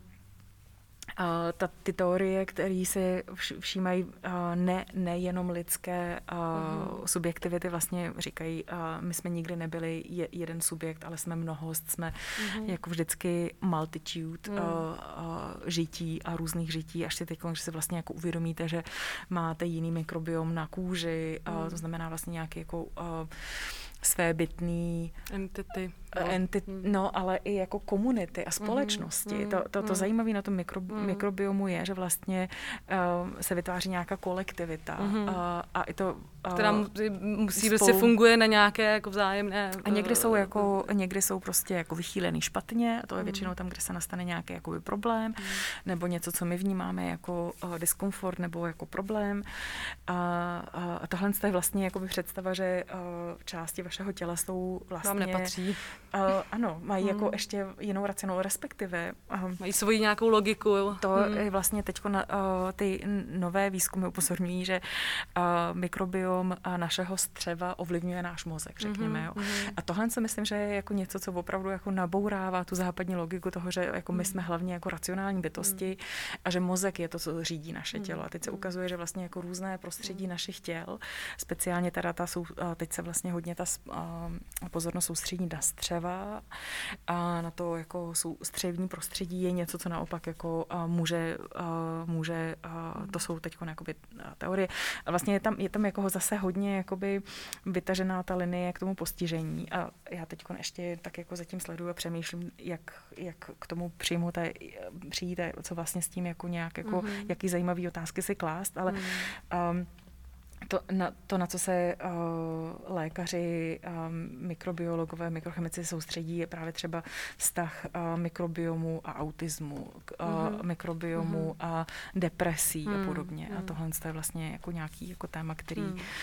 ty teorie, které se všímají nejenom lidské subjektivity, vlastně říkají, my jsme nikdy nebyli jeden subjekt, ale jsme mnohost, jsme jako vždycky multitude žití a různých žití, až si teď, že se vlastně jako uvědomíte, že máte jiný mikrobiom na kůži, to znamená vlastně nějaký jako svébytný entity, ale i jako komunity a společnosti. To zajímavé na tom mikrobiomu je, že vlastně se vytváří nějaká kolektivita a i to která musí prostě funguje na nějaké jako vzájemné. A někdy jsou prostě jako vychýlený špatně, a to je většinou tam, kde se nastane nějaký jakoby problém, nebo něco, co my vnímáme jako diskomfort nebo jako problém. A tohle je vlastně jakoby představa, že části vašeho těla jsou vlastně vám nepatří. Ano, mají jako ještě jinou racionalitu, respektive mají svoji nějakou logiku. To je vlastně teďko ty nové výzkumy upozorňují, že mikrobiom našeho střeva ovlivňuje náš mozek, řekněme. Jo. A tohle si myslím, že je jako něco, co opravdu jako nabourává tu západní logiku toho, že jako my jsme hlavně jako racionální bytosti a že mozek je to, co řídí naše tělo. A teď se ukazuje, že vlastně jako různé prostředí našich těl, speciálně teda teď se vlastně hodně ta pozornost soustředí na střeva a na to jako střevní prostředí je něco, co naopak jako může to jsou teď jakoby teorie. A vlastně je tam jako zase hodně jakoby vytažená ta linie k tomu postižení. A já teď ještě tak jako zatím sleduju a přemýšlím, jak k tomu přijít, co vlastně s tím jako nějak jako jaký zajímavý otázky si klást, ale to, na co se lékaři, mikrobiologové, mikrochemici soustředí, je právě třeba vztah mikrobiomu a autismu, mikrobiomu a depresí a podobně. A tohle je vlastně jako nějaký jako téma, který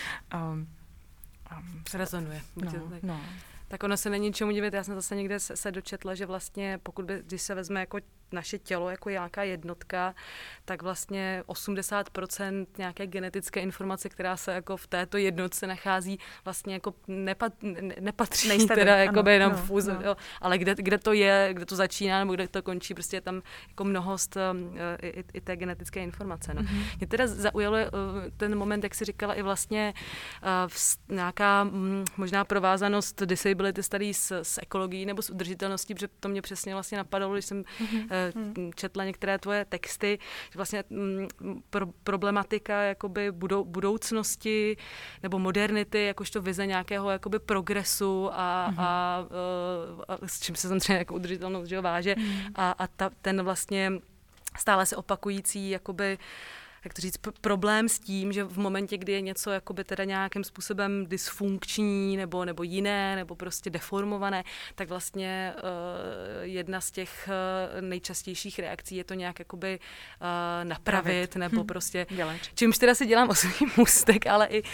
rezonuje. No. Tak ono se není čemu divit. Já jsem zase někde se dočetla, že vlastně když se vezme jako naše tělo jako nějaká jednotka, tak vlastně 80% nějaké genetické informace, která se jako v této jednotce nachází, vlastně jako nepatří Nejste teda vy, jakoby jenom ano, fůze, jo, ale kde to je, kde to začíná nebo kde to končí, prostě je tam jako mnohost i té genetické informace. No. Mě teda zaujalo ten moment, jak jsi říkala, i vlastně nějaká možná provázanost disability studies s ekologií nebo s udržitelností, protože to mě přesně vlastně napadalo, když jsem četla některé tvoje texty, že vlastně problematika jakoby budoucnosti nebo modernity, jakožto vize nějakého jakoby progresu a s čím se samozřejmě jako udržitelnost váže a ten vlastně stále se opakující jakoby, jak to říct, problém s tím, že v momentě, kdy je něco jakoby teda nějakým způsobem dysfunkční nebo jiné, nebo prostě deformované, tak vlastně jedna z těch nejčastějších reakcí je to nějak jakoby napravit, nebo prostě, čímž teda si dělám osobní můstek, ale i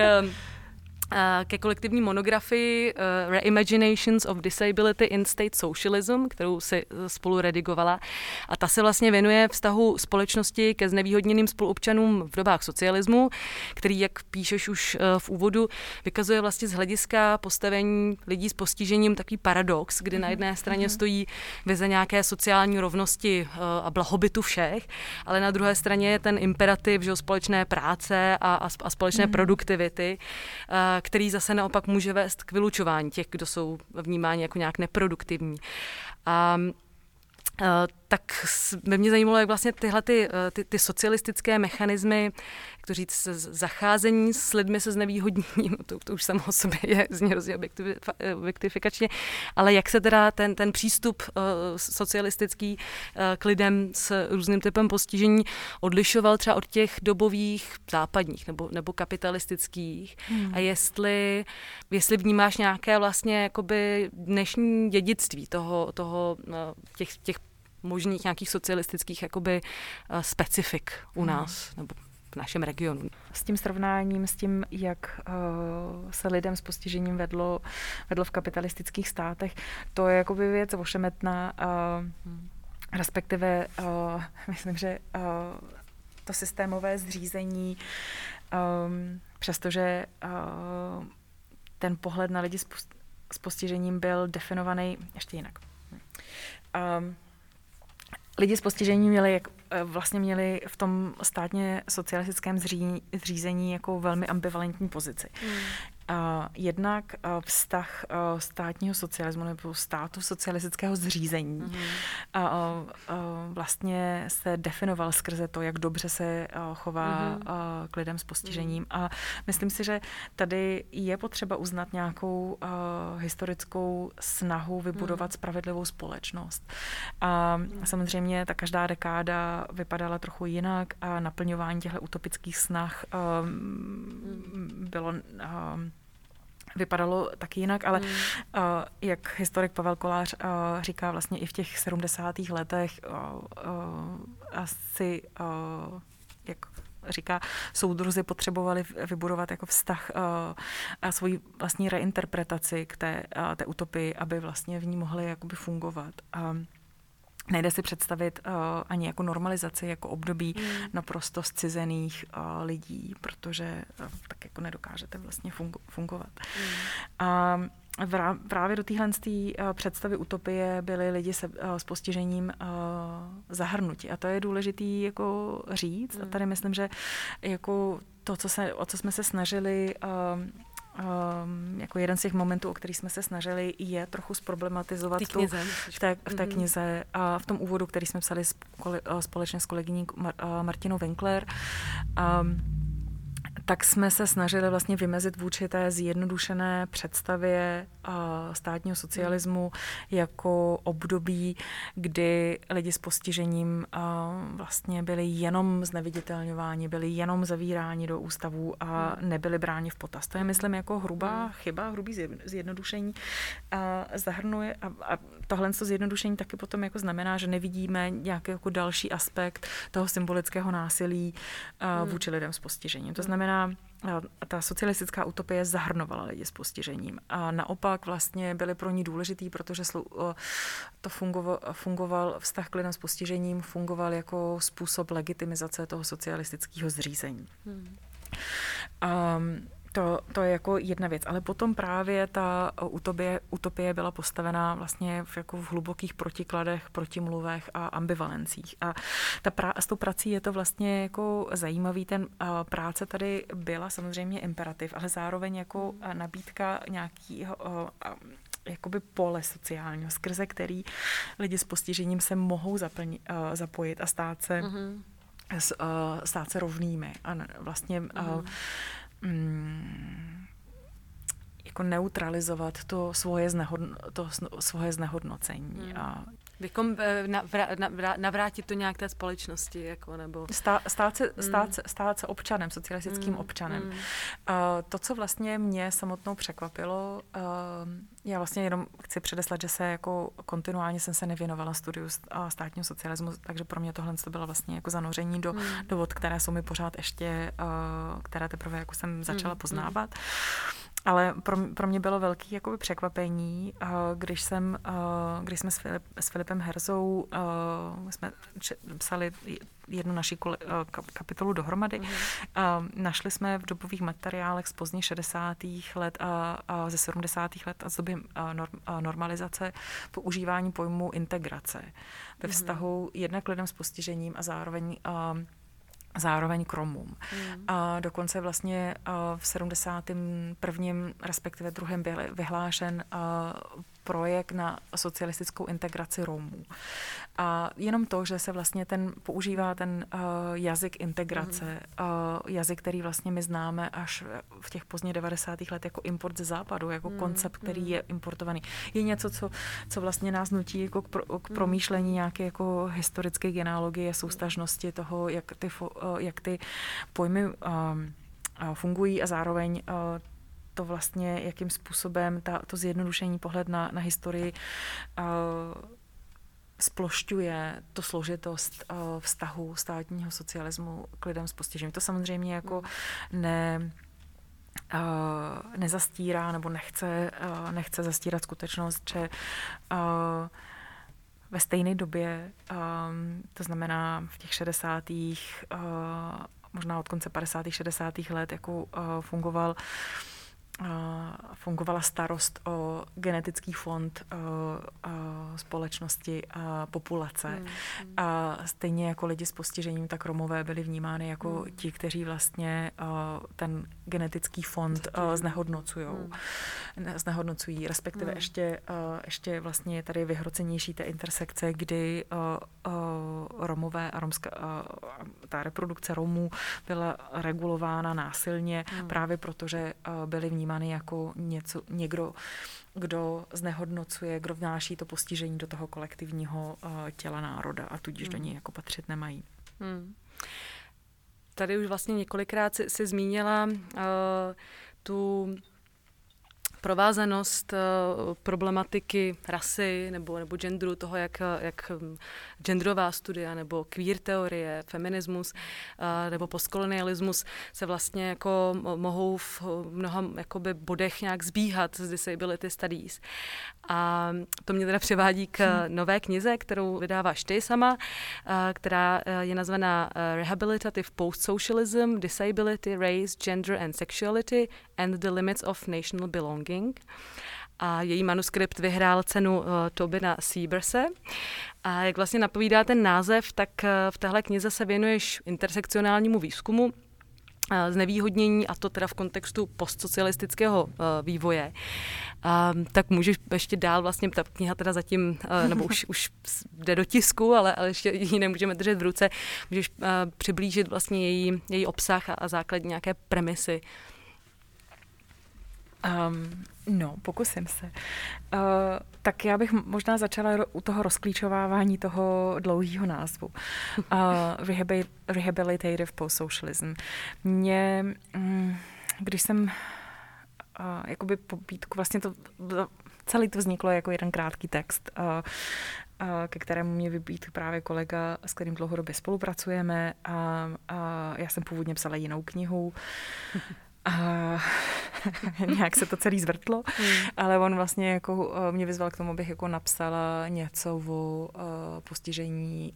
ke kolektivní monografii Reimaginations of Disability in State Socialism, kterou si spolu redigovala. A ta se vlastně věnuje vztahu společnosti ke znevýhodněným spoluobčanům v dobách socialismu, který, jak píšeš už v úvodu, vykazuje vlastně z hlediska postavení lidí s postižením takový paradox, kdy na jedné straně stojí vize nějaké sociální rovnosti a blahobytu všech, ale na druhé straně je ten imperativ, že společné práce a společné produktivity, který zase naopak může vést k vylučování těch, kdo jsou vnímáni jako nějak neproduktivní. Tak by mě zajímalo, jak vlastně tyhle ty socialistické mechanismy, jak to říct, zacházení s lidmi se znevýhodněním, to už samo o sobě je zní hrozně objektifikačně, ale jak se teda ten přístup socialistický k lidem s různým typem postižení odlišoval třeba od těch dobových západních nebo kapitalistických a jestli vnímáš nějaké vlastně jakoby dnešní dědictví těch možných nějakých socialistických jakoby specifik u nás nebo v našem regionu. S tím srovnáním, s tím, jak se lidem s postižením vedlo v kapitalistických státech, to je jakoby věc ošemetná, respektive myslím, že to systémové zřízení, přestože ten pohled na lidi s postižením byl definovaný ještě jinak. Lidi s postižením měli v tom státně socialistickém zřízení jako velmi ambivalentní pozici. Jednak vztah státního socialismu nebo státu socialistického zřízení vlastně se definoval skrze to, jak dobře se chová k lidem s postižením. A myslím si, že tady je potřeba uznat nějakou historickou snahu vybudovat spravedlivou společnost. A samozřejmě ta každá dekáda vypadala trochu jinak a naplňování těchto utopických snah vypadalo taky jinak, ale jak historik Pavel Kolář říká vlastně i v těch 70. letech asi, jak říká, soudruzi potřebovali vybudovat jako vztah a svoji vlastní reinterpretaci k té utopii, aby vlastně v ní mohli jakoby fungovat. Nejde si představit ani jako normalizaci, jako období naprosto zcizených lidí, protože tak jako nedokážete vlastně fungovat. A právě do téhle představy utopie byli lidi s postižením zahrnuti. A to je důležitý jako říct. A tady myslím, že jako to, o co jsme se snažili jako jeden z těch momentů, o kterých jsme se snažili, je trochu zproblematizovat v té knize a v tom úvodu, který jsme psali společně s kolegyní Martinou Winkler. Tak jsme se snažili vlastně vymezit vůči té zjednodušené představě státního socialismu jako období, kdy lidi s postižením vlastně byli jenom zneviditelňováni, byli jenom zavíráni do ústavů a nebyli bráni v potaz. To je, myslím, jako hrubá chyba, hrubý zjednodušení. Zahrnuje a tohle zjednodušení taky potom jako znamená, že nevidíme nějaký jako další aspekt toho symbolického násilí vůči lidem s postižením. To znamená, ta socialistická utopie zahrnovala lidi s postižením. A naopak vlastně byly pro ní důležitý, protože to fungoval vztah k lidem s postižením, fungoval jako způsob legitimizace toho socialistického zřízení. To je jako jedna věc, ale potom právě ta utopie byla postavená vlastně v hlubokých protikladech, protimluvech a ambivalencích. A s tou prací je to vlastně jako zajímavý. Práce tady byla samozřejmě imperativ, ale zároveň jako nabídka nějakého jakoby pole sociálního, skrze který lidi s postižením se mohou zapojit a stát se rovnými. A vlastně jako neutralizovat to svoje znehodnocení. Navrátit to nějak té společnosti, jako, nebo... Stát se občanem, socialistickým občanem. To, co vlastně mě samotnou překvapilo, já vlastně jenom chci předeslat, že se jako kontinuálně jsem se nevěnovala studiu státního socialismu, takže pro mě tohle to bylo vlastně jako zanoření do vod, které jsou mi pořád ještě, které teprve jako jsem začala poznávat. Ale pro mě bylo velké jakoby překvapení, když jsme s Filipem Herzou jsme psali jednu naši kapitolu dohromady. Našli jsme v dobových materiálech z pozdních 60. let a ze 70. let a z doby normalizace používání pojmu integrace ve vztahu jednak lidem s postižením a zároveň k Romům. A dokonce vlastně v 71. respektive 2. byl vyhlášen projekt na socialistickou integraci Romů. A jenom to, že se vlastně používá ten jazyk integrace, jazyk, který vlastně my známe až v těch pozdně 90. let jako import ze západu, jako koncept, který je importovaný. Je něco, co vlastně nás nutí jako k promýšlení nějaké jako historické genealogie, soustažnosti toho, jak ty pojmy fungují a zároveň to vlastně, jakým způsobem to zjednodušení pohled na historii splošťuje tu složitost vztahu státního socialismu k lidem s postižením. To samozřejmě jako nezastírá nebo nechce zastírat skutečnost, že ve stejné době, to znamená v těch 60. Možná od konce 50. 60. let, jako fungovala starost o genetický fond společnosti a populace. A stejně jako lidi s postižením, tak Romové byli vnímány jako ti, kteří vlastně ten genetický fond znehodnocují. Respektive ještě vlastně je tady vyhrocenější ta intersekce, kdy Romové a ta reprodukce Romů byla regulována násilně právě proto, že byli vnímány jako někdo, kdo znehodnocuje, kdo vnáší to postižení do toho kolektivního těla národa a tudíž do něj jako patřit nemají. Tady už vlastně několikrát si zmínila tu provázanost problematiky rasy nebo genderu, toho, jak genderová studia nebo queer teorie, feminismus nebo postkolonialismus se vlastně jako mohou v mnoha jakoby bodech nějak zbíhat z disability studies. A to mě teda přivádí k nové knize, kterou vydáváš ty sama, která je nazvaná Rehabilitative Post-Socialism, Disability, Race, Gender and Sexuality and the Limits of National Belonging. A její manuskript vyhrál cenu Tobina Seaberse. A jak vlastně napovídá ten název, tak v téhle knize se věnuješ intersekcionálnímu výzkumu, znevýhodnění, a to teda v kontextu postsocialistického vývoje. Tak můžeš ještě dál, vlastně ta kniha teda zatím, nebo už jde do tisku, ale ještě ji nemůžeme držet v ruce, můžeš přiblížit vlastně její obsah a základní nějaké premisy. Pokusím se. Tak já bych možná začala u toho rozklíčovávání toho dlouhého názvu. Rehabilitative post-socialism. Když jsem jakoby pobídku, vlastně celý to vzniklo jako jeden krátký text, ke kterému mě vybídl právě kolega, s kterým dlouhodobě spolupracujeme a já jsem původně psala jinou knihu. nějak se to celý zvrtlo, ale on vlastně jako mě vyzval k tomu, abych jako napsala něco o postižení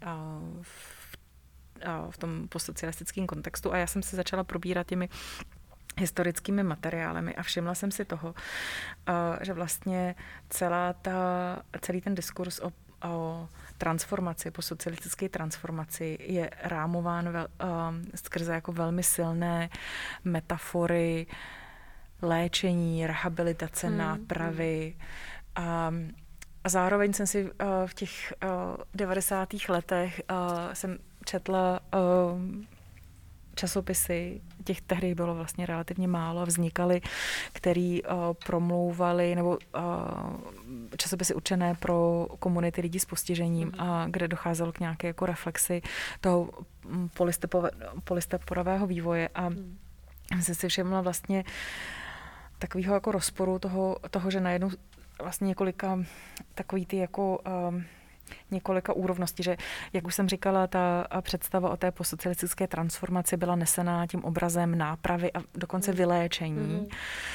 v tom postsocialistickém kontextu a já jsem se začala probírat těmi historickými materiálemi a všimla jsem si toho, že vlastně celý ten diskurs o transformaci, po socialistické transformaci je rámován skrze jako velmi silné metafory léčení, rehabilitace, nápravy. A zároveň jsem si v těch 90. letech jsem četla časopisy, těch tehdy bylo vlastně relativně málo a vznikaly, který promlouvali, nebo časopisy určené pro komunity lidí s postižením, a kde docházelo k nějaké jako reflexi toho polistopadového vývoje a jsem si všimla vlastně takového jako rozporu toho, že najednou vlastně několika takový ty jako několika úrovností, že, jak už jsem říkala, ta představa o té postsocialistické transformaci byla nesená tím obrazem nápravy a dokonce vyléčení.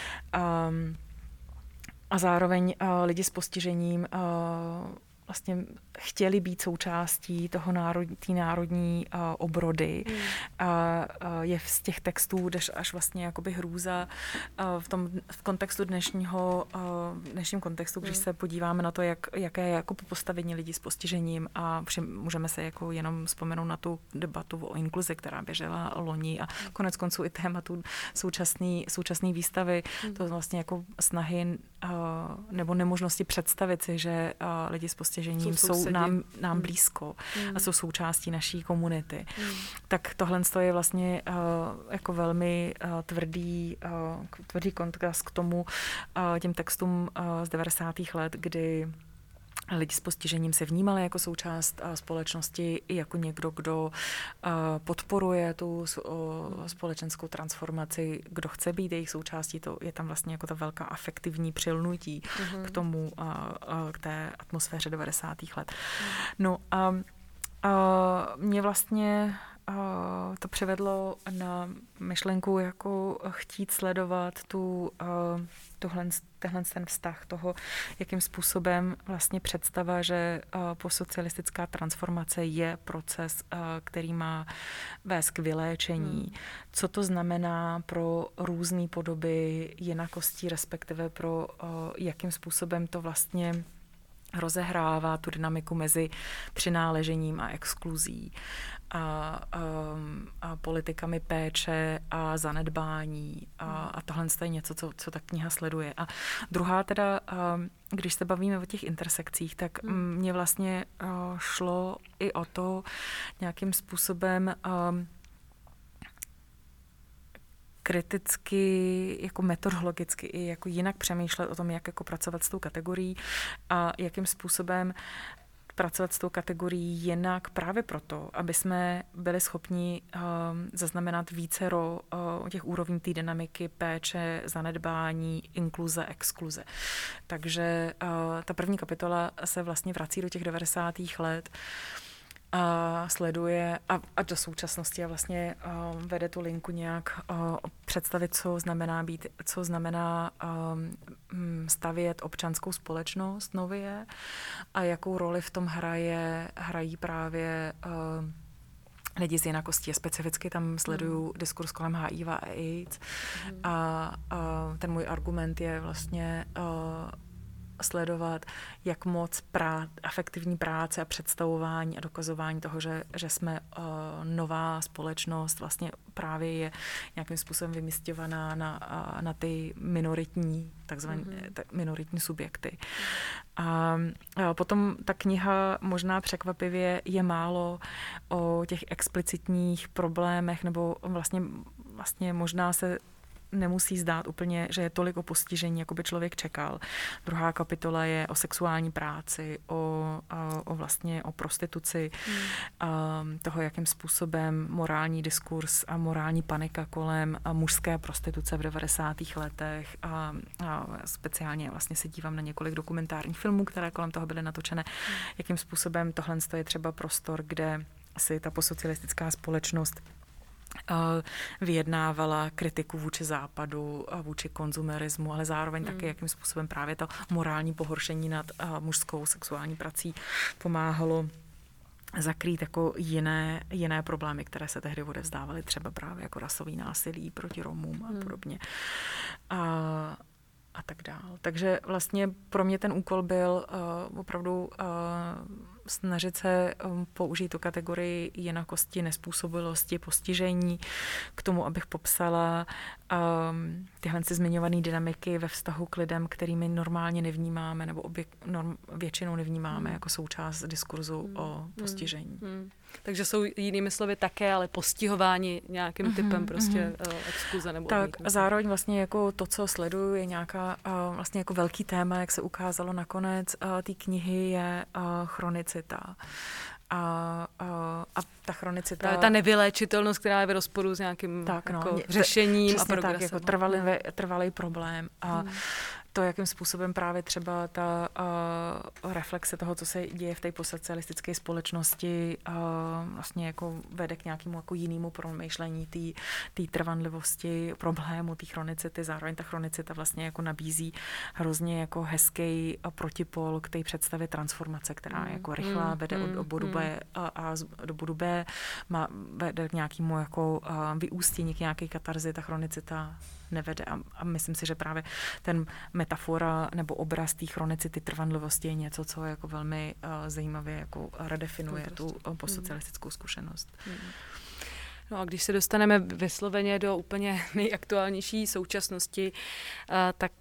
A zároveň lidi s postižením vlastně chtěli být součástí toho té národní obrody. Je z těch textů až vlastně jakoby hrůza v kontextu dnešním kontextu, když se podíváme na to, jaké je jako postavení lidí s postižením a můžeme se jako jenom vzpomenout na tu debatu o inkluzi, která běžela loni a konec konců i tématu současné výstavy, to vlastně jako snahy nebo nemožnosti představit si, že lidi s postižením jsou nám blízko a jsou součástí naší komunity. Tak tohle je vlastně jako velmi tvrdý kontrast k tomu těm textům z 90. let, kdy lidi s postižením se vnímali jako součást společnosti i jako někdo, kdo podporuje tu společenskou transformaci, kdo chce být jejich součástí, to je tam vlastně jako ta velká afektivní přilnutí k tomu, k té atmosféře 90. let. No a mě vlastně to přivedlo na myšlenku jako chtít sledovat ten vztah toho, jakým způsobem vlastně představa, že postsocialistická transformace je proces, který má vést k vyléčení. Co to znamená pro různé podoby jinakostí, respektive pro jakým způsobem to vlastně rozehrává tu dynamiku mezi přináležením a exkluzí a politikami péče a zanedbání a tohle je něco, co ta kniha sleduje. A druhá teda, když se bavíme o těch intersekcích, tak mně vlastně šlo i o to nějakým způsobem kriticky, jako metodologicky i jako jinak přemýšlet o tom, jak jako pracovat s tou kategorií a jakým způsobem pracovat s tou kategorií jinak právě proto, aby jsme byli schopni zaznamenat vícero těch úrovní té dynamiky péče, zanedbání, inkluze, exkluze. Takže ta první kapitola se vlastně vrací do těch 90. let a sleduje a do současnosti a vlastně vede tu linku nějak představit, co znamená stavět občanskou společnost nově a jakou roli v tom hrají právě lidi z jinakostí. A specificky tam sleduju diskurs kolem HIV a AIDS a ten můj argument je vlastně sledovat, jak moc afektivní práce a představování a dokazování toho, že jsme nová společnost, vlastně právě je nějakým způsobem vymísťovaná na ty minoritní, takzvané minoritní subjekty. A potom ta kniha možná překvapivě je málo o těch explicitních problémech, nebo vlastně možná se nemusí zdát úplně, že je tolik o postižení, jako by člověk čekal. Druhá kapitola je o sexuální práci, o prostituci, toho, jakým způsobem morální diskurs a morální panika kolem mužské prostituce v 90. letech a speciálně vlastně se dívám na několik dokumentárních filmů, které kolem toho byly natočené, jakým způsobem tohle je třeba prostor, kde si ta postsocialistická společnost vyjednávala kritiku vůči západu, vůči konzumerismu, ale zároveň taky, jakým způsobem právě to morální pohoršení nad mužskou sexuální prací pomáhalo zakrýt jako jiné problémy, které se tehdy odevzdávaly, třeba právě jako rasový násilí proti Romům a podobně. A tak dál. Takže vlastně pro mě ten úkol byl opravdu snažit se použít tu kategorii jinakosti, nezpůsobilosti, postižení k tomu, abych popsala tyhle zmiňované dynamiky ve vztahu k lidem, kterými normálně nevnímáme nebo většinou nevnímáme jako součást diskurzu o postižení. Takže jsou jinými slovy také, ale postihováni nějakým typem prostě exkluze nebo tak a zároveň vlastně jako to, co sleduju, je nějaká vlastně jako velký téma, jak se ukázalo nakonec té knihy, je chronicita. A ta chronicita... Ta nevyléčitelnost, která je v rozporu s nějakým řešením a progresem. Tak, jako trvalý problém. A to, jakým způsobem právě třeba ta reflexe toho, co se děje v té postsocialistické společnosti, vlastně jako vede k nějakému jako jinému promýšlení té trvanlivosti problému, té chronicity. Zároveň ta chronicita vlastně jako nabízí hrozně jako hezký protipol k té představě transformace, která je jako rychlá, vede od bodu B a do bodu B vede k nějakému jako vyústění, k nějaké katarzy. Ta chronicita nevede. A myslím si, že právě ten metafora nebo obraz té chronicity, trvanlivosti je něco, co jako velmi zajímavě jako redefinuje tu postsocialistickou zkušenost. No a když se dostaneme vysloveně do úplně nejaktuálnější současnosti, tak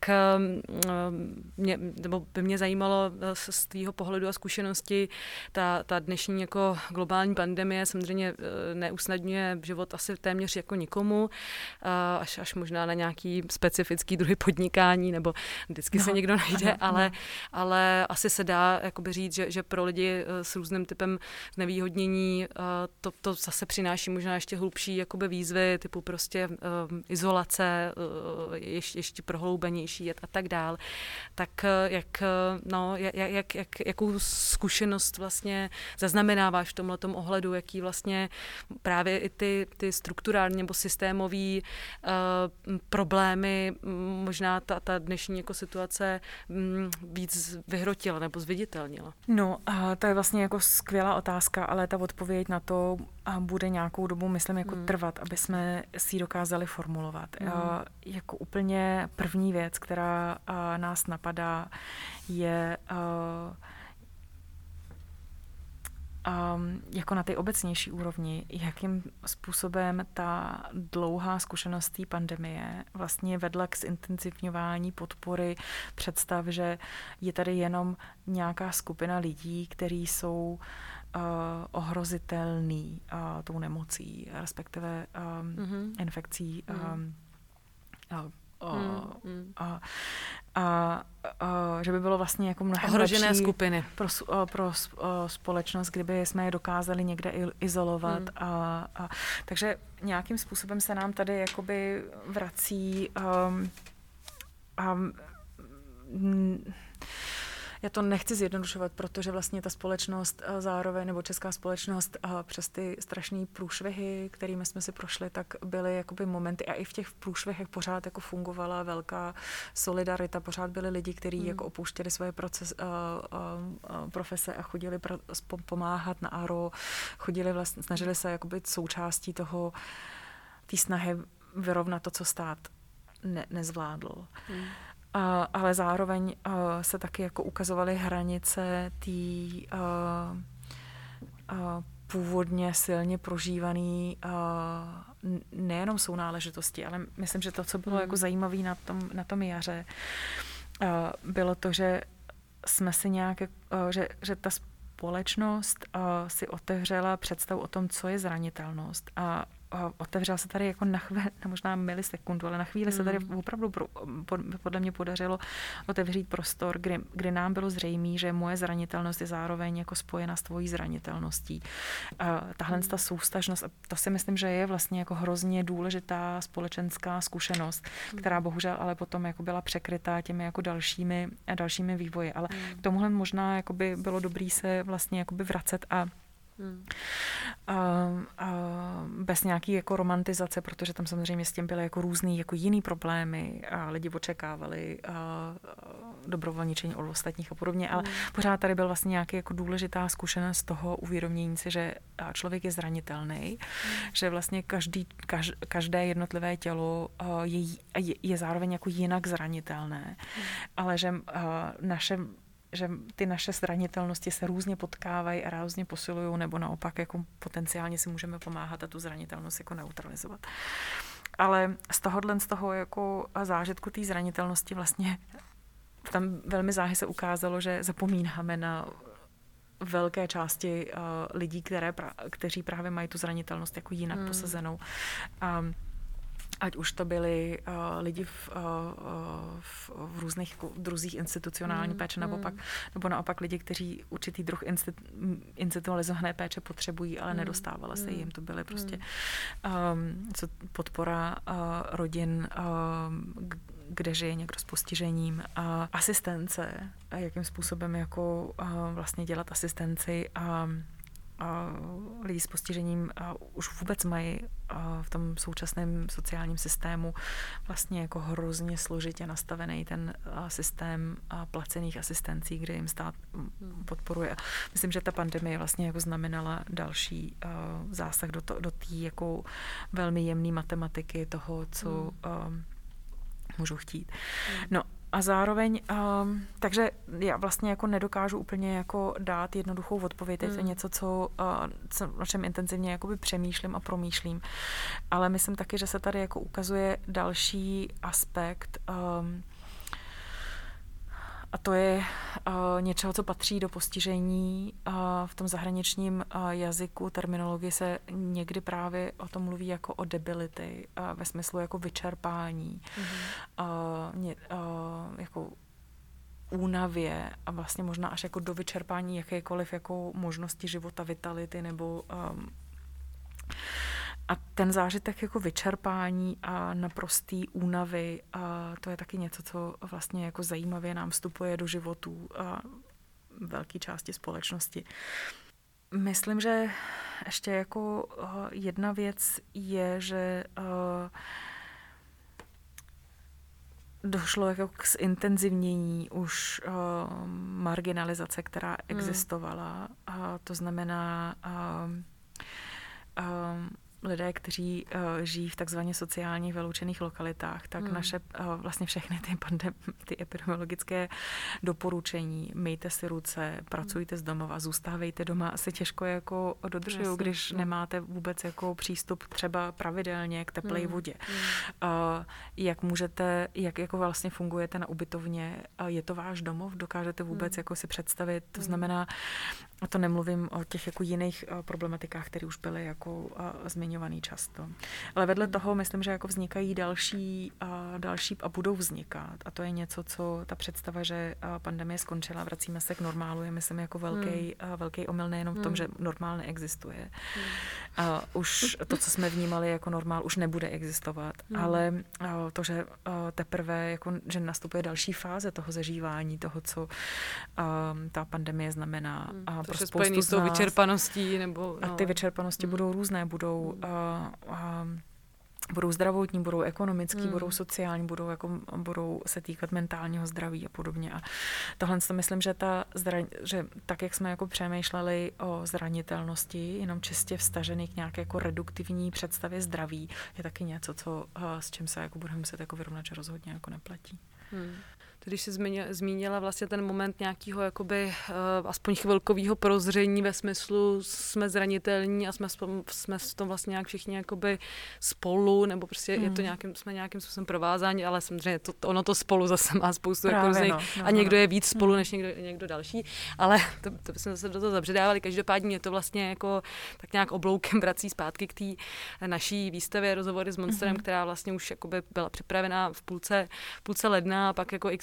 by mě zajímalo z tvýho pohledu a zkušenosti ta dnešní jako globální pandemie samozřejmě neusnadňuje život asi téměř jako nikomu, až možná na nějaký specifický druhy podnikání, nebo vždycky se někdo najde, ale asi se dá jakoby říct, že pro lidi s různým typem znevýhodnění to zase přináší možná ještě hlubší jakoby výzvy, typu prostě izolace, ještě prohloubenější a tak dál. Tak jakou zkušenost vlastně zaznamenáváš v tomhletom ohledu, jaký vlastně právě i ty strukturální nebo systémový problémy možná ta dnešní jako situace víc vyhrotila nebo zviditelnila? No, to je vlastně jako skvělá otázka, ale ta odpověď na to bude nějakou dobu, myslím, jako trvat, aby jsme si ji dokázali formulovat. Jako úplně první věc, která nás napadá, je jako na té obecnější úrovni, jakým způsobem ta dlouhá zkušenost té pandemie vlastně vedla k zintenzivňování podpory představ, že je tady jenom nějaká skupina lidí, kteří jsou ohrozitelný tou nemocí, respektive infekcí. Že by bylo vlastně jako mnohem ohrožené lepší skupiny pro společnost, kdyby jsme je dokázali někde izolovat. Takže nějakým způsobem se nám tady jakoby vrací já to nechci zjednodušovat, protože vlastně ta společnost zároveň, nebo česká společnost přes ty strašné průšvihy, kterými jsme si prošli, tak byly jakoby momenty a i v těch průšvihech pořád jako fungovala velká solidarita, pořád byli lidi, kteří jako opouštěli svoje profese a chodili pomáhat na ARO, snažili se jako být součástí té snahy vyrovnat to, co stát nezvládl. Ale zároveň se taky jako ukazovaly hranice té původně silně prožívaný nejenom sounáležitosti, ale myslím, že to, co bylo jako zajímavé na tom jaře, bylo to, že jsme si že ta společnost si otevřela představu o tom, co je zranitelnost a otevřela se tady jako možná milisekundu, ale na chvíli se tady opravdu podle mě podařilo otevřít prostor, kdy nám bylo zřejmé, že moje zranitelnost je zároveň jako spojena s tvojí zranitelností. Tahle ta soustažnost, a to si myslím, že je vlastně jako hrozně důležitá společenská zkušenost, která bohužel ale potom jako byla překrytá těmi jako dalšími vývoji. Ale k tomuhle možná jako by bylo dobré se vlastně jako by vracet a Bez nějaký jako romantizace, protože tam samozřejmě s tím byly jako různý jako jiný problémy a lidi očekávali dobrovolničení od ostatních a podobně, ale pořád tady byl vlastně nějaký jako důležitá zkušenost toho uvědomění si, že člověk je zranitelný, že vlastně každé jednotlivé tělo je zároveň jako jinak zranitelné, ale že ty naše zranitelnosti se různě potkávají a různě posilují, nebo naopak jako potenciálně si můžeme pomáhat a tu zranitelnost jako neutralizovat. Ale z toho jako zážitku té zranitelnosti vlastně tam velmi záhy se ukázalo, že zapomínáme na velké části lidí, kteří právě mají tu zranitelnost jako jinak posazenou. Ať už to byli lidi v různých druzích institucionální péče, nebo naopak lidi, kteří určitý druh institucionalizované péče potřebují, ale nedostávala se jim. To byly prostě podpora rodin, kde žije někdo s postižením, a asistence, a jakým způsobem jako vlastně dělat asistenci a lidi s postižením už vůbec mají v tom současném sociálním systému vlastně jako hrozně složitě nastavený ten systém placených asistencí, kde jim stát podporuje. Myslím, že ta pandemie vlastně jako znamenala další zásah do té jako velmi jemné matematiky toho, co můžu chtít. No, a zároveň, takže já vlastně jako nedokážu úplně jako dát jednoduchou odpověď. To je něco, o čem intenzivně jakoby přemýšlím a promýšlím. Ale myslím taky, že se tady jako ukazuje další aspekt, a to je něčeho, co patří do postižení. V tom zahraničním jazyku, terminologii se někdy právě o tom mluví jako o debility, ve smyslu jako vyčerpání, jako únavě a vlastně možná až jako do vyčerpání jakékoliv jako možnosti života, vitality nebo a ten zážitek jako vyčerpání a naprostý únavy, to je taky něco, co vlastně jako zajímavě nám vstupuje do životů velké části společnosti. Myslím, že ještě jako jedna věc je, že došlo jako k zintenzivnění už marginalizace, která existovala. To znamená lidé, kteří žijí v takzvaně sociálně vyloučených lokalitách, tak naše vlastně všechny ty epidemiologické doporučení, myjte si ruce, pracujte z domova, zůstávejte doma, asi těžko jako dodržují, když nemáte vůbec jako přístup třeba pravidelně k teplé vodě. Jak jako vlastně fungujete na ubytovně, je to váš domov, dokážete vůbec jako si představit, to znamená, a to nemluvím o těch jako jiných problematikách, které už byly jako zmiňovaný často. Ale vedle toho myslím, že jako vznikají další a budou vznikat. A to je něco, co ta představa, že pandemie skončila, vracíme se k normálu, je myslím jako velký omyl nejenom v tom, že normál neexistuje. Už to, co jsme vnímali jako normál, už nebude existovat. Ale to, že teprve jako, že nastupuje další fáze toho zažívání, toho, co ta pandemie znamená. To je spojený s tou vyčerpaností, nebo... A ty vyčerpanosti budou různé, budou zdravotní, budou ekonomický, budou sociální, budou se týkat mentálního zdraví a podobně. A tohle to myslím, že že tak, jak jsme jako přemýšleli o zranitelnosti, jenom čistě vztažený k nějaké jako reduktivní představě zdraví, je taky něco, s čím se jako budeme muset jako vyrovnat, že rozhodně jako neplatí. Když jsi zmínila vlastně ten moment nějakého jakoby aspoň chvilkového prozření ve smyslu jsme zranitelní a jsme v tom vlastně nějak všichni jakoby spolu, nebo prostě je to jsme nějakým způsobem provázáni, ale samozřejmě ono to spolu zase má spoustu jako a někdo je víc spolu než někdo další, ale to jsme zase do toho zabředávali. Každopádně mě to vlastně jako tak nějak obloukem vrací zpátky k té naší výstavě Rozhovory s monstrem, která vlastně už jakoby byla připravená v půlce ledna a pak jako x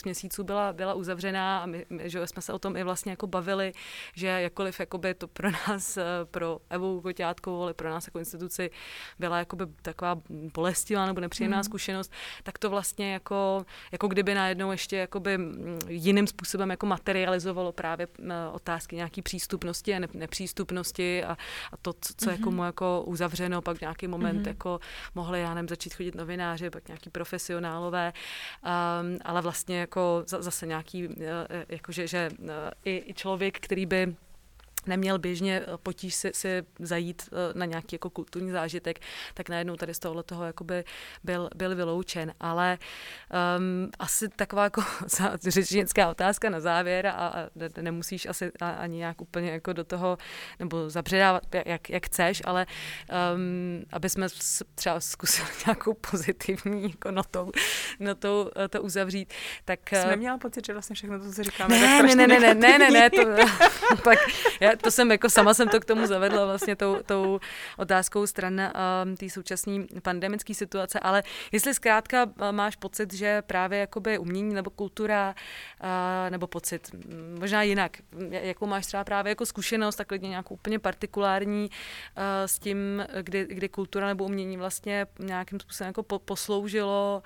měsíců byla uzavřená a my že jsme se o tom i vlastně jako bavili, že jakkoliv jakoby to pro nás, pro Evu Koťátkovou, ale pro nás jako instituci byla jakoby taková bolestivá nebo nepříjemná zkušenost, tak to vlastně jako kdyby najednou ještě jakoby jiným způsobem jako materializovalo právě otázky nějaký přístupnosti a nepřístupnosti a to, co jako mu jako uzavřeno, pak v nějaký moment jako mohli, já nevím, začít chodit novináři, pak nějaký profesionálové, ale vlastně jako zase nějaký, jakože že i člověk, který by neměl běžně potíž si zajít na nějaký jako kulturní zážitek, tak najednou tady z tohoto jakoby byl vyloučen. Ale asi taková jako řečnická otázka na závěr a nemusíš asi ani nějak úplně jako do toho nebo zabředávat, jak chceš, ale aby jsme třeba zkusili nějakou pozitivní jako notou to uzavřít, tak... Jsi neměla pocit, že vlastně všechno to, co říkáme, Ne, to pak to jsem jako sama jsem to k tomu zavedla vlastně tou otázkou stran té současné pandemické situace, ale jestli zkrátka máš pocit, že právě jakoby umění nebo kultura, nebo pocit, možná jinak, jakou máš třeba právě jako zkušenost, tak klidně nějakou úplně partikulární s tím, kdy kultura nebo umění vlastně nějakým způsobem jako posloužilo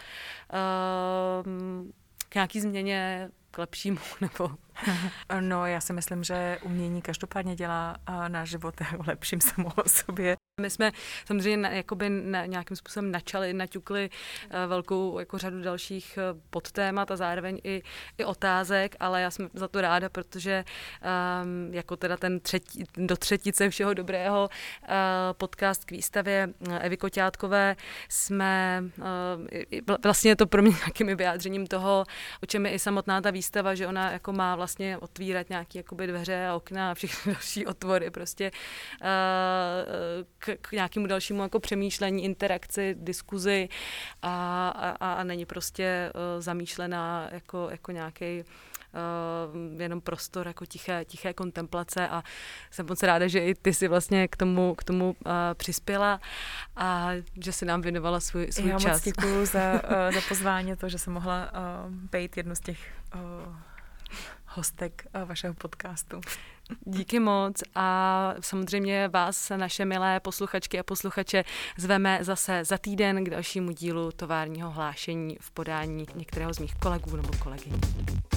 k nějaký změně k lepšímu, nebo... No, já si myslím, že umění každopádně dělá náš život lepším samo o sobě. My jsme samozřejmě jakoby nějakým způsobem naťukli velkou jako řadu dalších podtémat a zároveň i otázek, ale já jsem za to ráda, protože jako teda do třetice všeho dobrého podcast k výstavě Evy Koťátkové jsme vlastně to pro mě nějakým vyjádřením toho, o čem je i samotná ta výstava, že ona jako má vlastně otvírat nějaké jakoby dveře a okna a všechny další otvory prostě k nějakému dalšímu jako přemýšlení, interakci, diskuzi a není prostě zamýšlená jako nějaký jenom prostor jako tiché kontemplace a jsem moc ráda, že i ty si vlastně k tomu přispěla a že si nám věnovala svůj čas. Já moc děkuju za pozvání, to, že jsem mohla být jednu z těch hostek vašeho podcastu. Díky moc a samozřejmě vás, naše milé posluchačky a posluchače, zveme zase za týden k dalšímu dílu továrního hlášení v podání některého z mých kolegů nebo kolegyň.